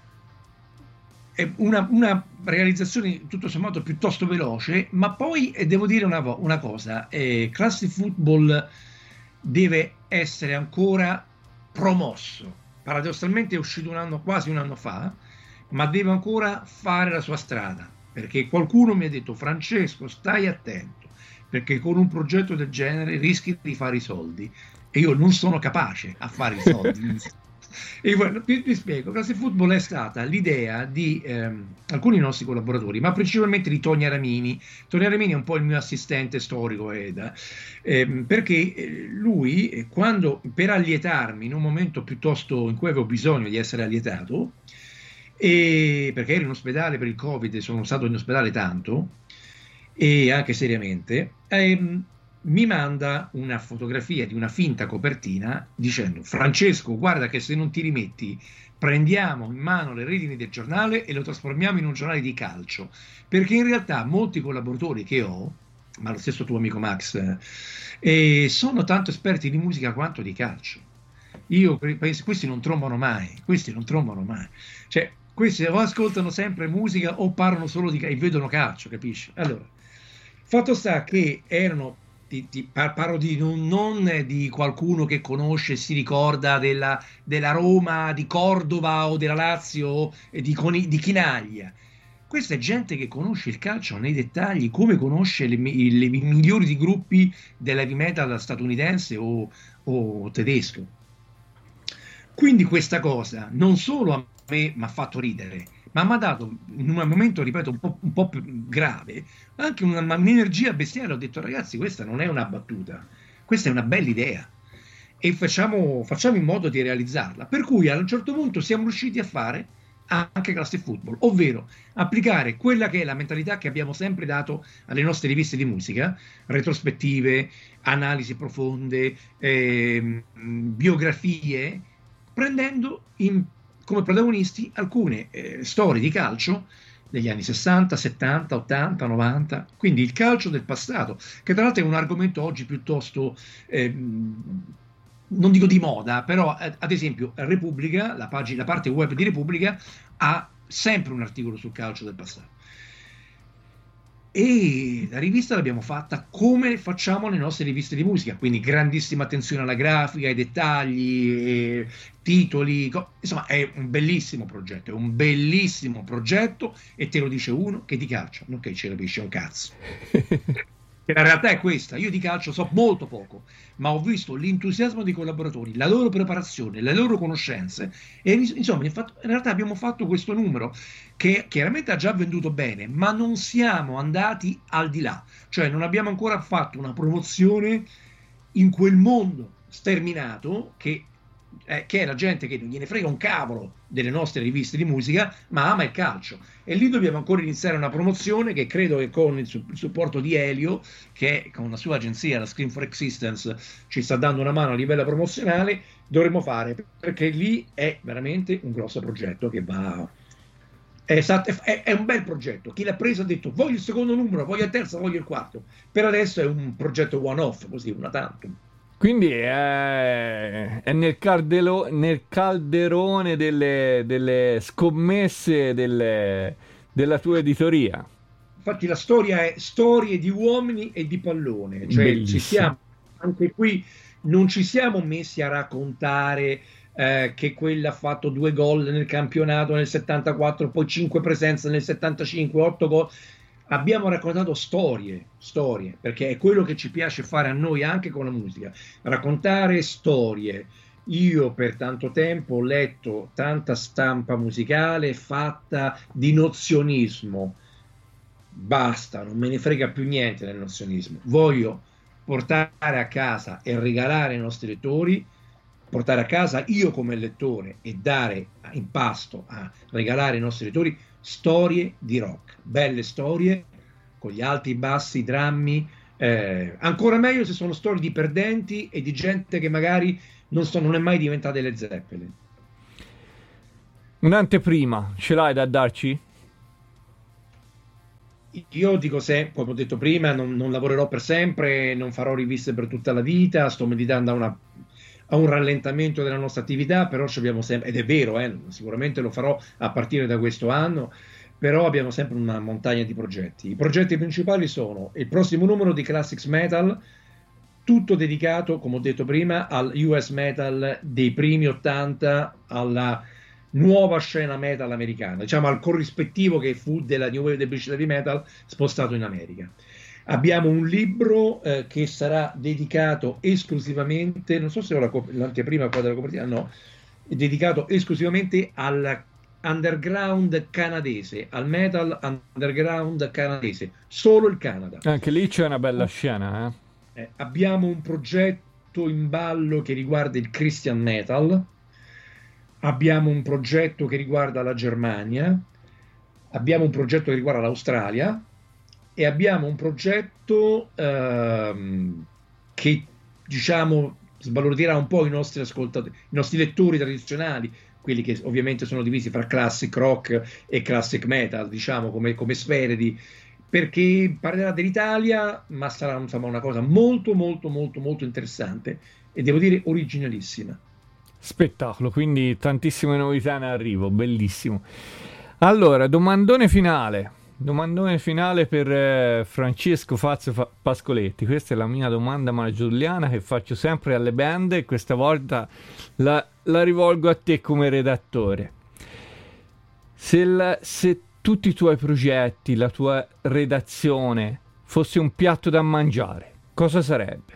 è una realizzazione tutto sommato piuttosto veloce, ma poi devo dire una cosa, Classic Football deve essere ancora promosso. Paradossalmente è uscito quasi un anno fa, ma deve ancora fare la sua strada, perché qualcuno mi ha detto: Francesco, stai attento, perché con un progetto del genere rischi di fare i soldi, e io non sono capace a fare i soldi. E vi spiego. Classic Football è stata l'idea di alcuni nostri collaboratori, ma principalmente di Tony Aramini. Tony Aramini è un po' il mio assistente storico, perché lui, quando, per allietarmi in un momento piuttosto in cui avevo bisogno di essere allietato, perché ero in ospedale per il Covid, sono stato in ospedale tanto, e anche seriamente, mi manda una fotografia di una finta copertina dicendo: Francesco, guarda che se non ti rimetti prendiamo in mano le redini del giornale e lo trasformiamo in un giornale di calcio, perché in realtà molti collaboratori che ho, ma lo stesso tuo amico Max, sono tanto esperti di musica quanto di calcio. Io penso, questi non trombano mai, cioè questi o ascoltano sempre musica o parlano solo e vedono calcio, capisci? Allora, fatto sta che erano, parlo non di qualcuno che conosce e si ricorda della Roma, di Cordova o della Lazio, di Chinaglia. Questa è gente che conosce il calcio nei dettagli, come conosce i migliori di gruppi dell'heavy metal statunitense o tedesco. Quindi questa cosa non solo a me mi ha fatto ridere, ma mi ha dato, in un momento, ripeto, un po' più grave, anche un'energia bestiale. Ho detto: ragazzi, questa non è una battuta, questa è una bella idea, e facciamo in modo di realizzarla. Per cui a un certo punto siamo riusciti a fare anche Classic Football, ovvero applicare quella che è la mentalità che abbiamo sempre dato alle nostre riviste di musica: retrospettive, analisi profonde, biografie, prendendo come protagonisti alcune storie di calcio degli anni 60, 70, 80, 90, quindi il calcio del passato, che tra l'altro è un argomento oggi piuttosto, non dico di moda, però ad esempio Repubblica, la parte web di Repubblica, ha sempre un articolo sul calcio del passato. E la rivista l'abbiamo fatta come facciamo le nostre riviste di musica, quindi grandissima attenzione alla grafica, ai dettagli, titoli, insomma è un bellissimo progetto, e te lo dice uno che di calcio non che ci capisce un cazzo. Che la realtà è questa: io di calcio so molto poco, ma ho visto l'entusiasmo dei collaboratori, la loro preparazione, le loro conoscenze, e insomma in realtà abbiamo fatto questo numero che chiaramente ha già venduto bene, ma non siamo andati al di là, cioè non abbiamo ancora fatto una promozione in quel mondo sterminato che è la gente che non gliene frega un cavolo delle nostre riviste di musica, ma ama il calcio. E lì dobbiamo ancora iniziare una promozione che credo che con il supporto di Elio, che con la sua agenzia, la Scream for Existence, ci sta dando una mano a livello promozionale, dovremo fare, perché lì è veramente un grosso progetto che va... È un bel progetto. Chi l'ha preso ha detto: voglio il secondo numero, voglio il terzo, voglio il quarto. Per adesso è un progetto one off, così, una tantum. Quindi è nel calderone delle scommesse della tua editoria. Infatti la storia è storie di uomini e di pallone, cioè anche qui non ci siamo messi a raccontare che quella ha fatto 2 gol nel campionato nel 74, poi 5 presenze nel 75, 8 gol. Abbiamo raccontato storie, perché è quello che ci piace fare a noi anche con la musica, raccontare storie. Io per tanto tempo ho letto tanta stampa musicale fatta di nozionismo. Basta, non me ne frega più niente del nozionismo. Voglio portare a casa e regalare ai nostri lettori, portare a casa io come lettore e dare in pasto a regalare ai nostri lettori storie di rock, belle storie con gli alti, i bassi, i drammi, ancora meglio se sono storie di perdenti e di gente che magari non è mai diventata Led Zeppelin. Un'anteprima ce l'hai da darci? Io dico come ho detto prima, non lavorerò per sempre, non farò riviste per tutta la vita, sto meditando a un rallentamento della nostra attività, però ci abbiamo sempre, ed è vero, sicuramente lo farò a partire da questo anno, però abbiamo sempre una montagna di progetti. I progetti principali sono il prossimo numero di Classics Metal, tutto dedicato, come ho detto prima, al US metal dei primi 80, alla nuova scena metal americana, diciamo al corrispettivo che fu della New Wave del British Heavy Metal spostato in America. Abbiamo un libro che sarà dedicato esclusivamente, non so se ho l'anteprima qua della copertina, no, è dedicato esclusivamente al underground canadese, al metal underground canadese, solo il Canada. Anche lì c'è una bella scena, abbiamo un progetto in ballo che riguarda il Christian metal, abbiamo un progetto che riguarda la Germania, abbiamo un progetto che riguarda l'Australia e abbiamo un progetto che, diciamo, sbalordirà un po' i nostri ascoltatori, i nostri lettori tradizionali, quelli che ovviamente sono divisi fra classic rock e classic metal, diciamo, come sfere perché parlerà dell'Italia, ma sarà, insomma, una cosa molto molto molto molto interessante e devo dire originalissima. Spettacolo, quindi tantissime novità in arrivo, bellissimo. Allora, domandone finale per Francesco Fazio Pascoletti. Questa è la mia domanda malgiuliana che faccio sempre alle band e questa volta la rivolgo a te come redattore. Se tutti i tuoi progetti, la tua redazione fosse un piatto da mangiare, cosa sarebbe?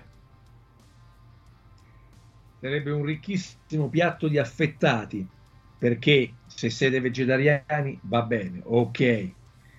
Sarebbe un ricchissimo piatto di affettati, perché se siete vegetariani va bene, ok,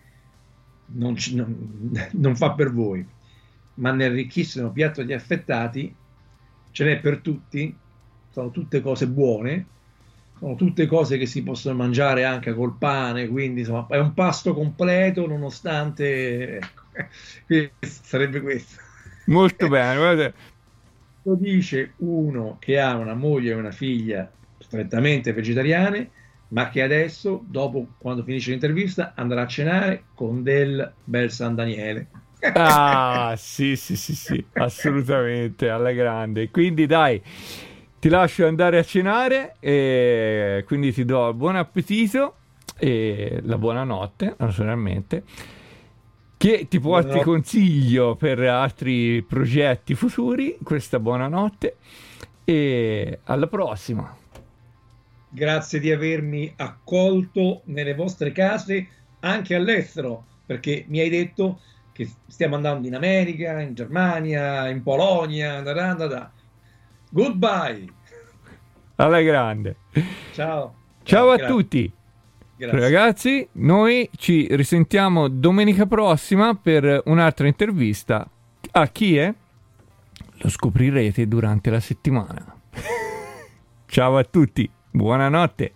non fa per voi, ma nel ricchissimo piatto di affettati ce n'è per tutti, sono tutte cose buone, sono tutte cose che si possono mangiare anche col pane, quindi insomma è un pasto completo nonostante, sarebbe questo. Molto bene, guarda. Lo dice uno che ha una moglie e una figlia strettamente vegetariane, ma che adesso, dopo, quando finisce l'intervista, andrà a cenare con del bel San Daniele. Ah, sì, assolutamente, alla grande. Quindi dai, ti lascio andare a cenare e quindi ti do buon appetito e la buonanotte, naturalmente, che ti porti consiglio per altri progetti futuri. Questa buonanotte e alla prossima. Grazie di avermi accolto nelle vostre case anche all'estero, perché mi hai detto che stiamo andando in America, in Germania, in Polonia, Goodbye. Alla grande. Ciao a grazie. tutti. Grazie. Ragazzi, noi ci risentiamo domenica prossima per un'altra intervista. A chi è? Lo scoprirete durante la settimana. Ciao a tutti, buonanotte.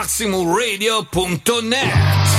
MaximumRadio.net.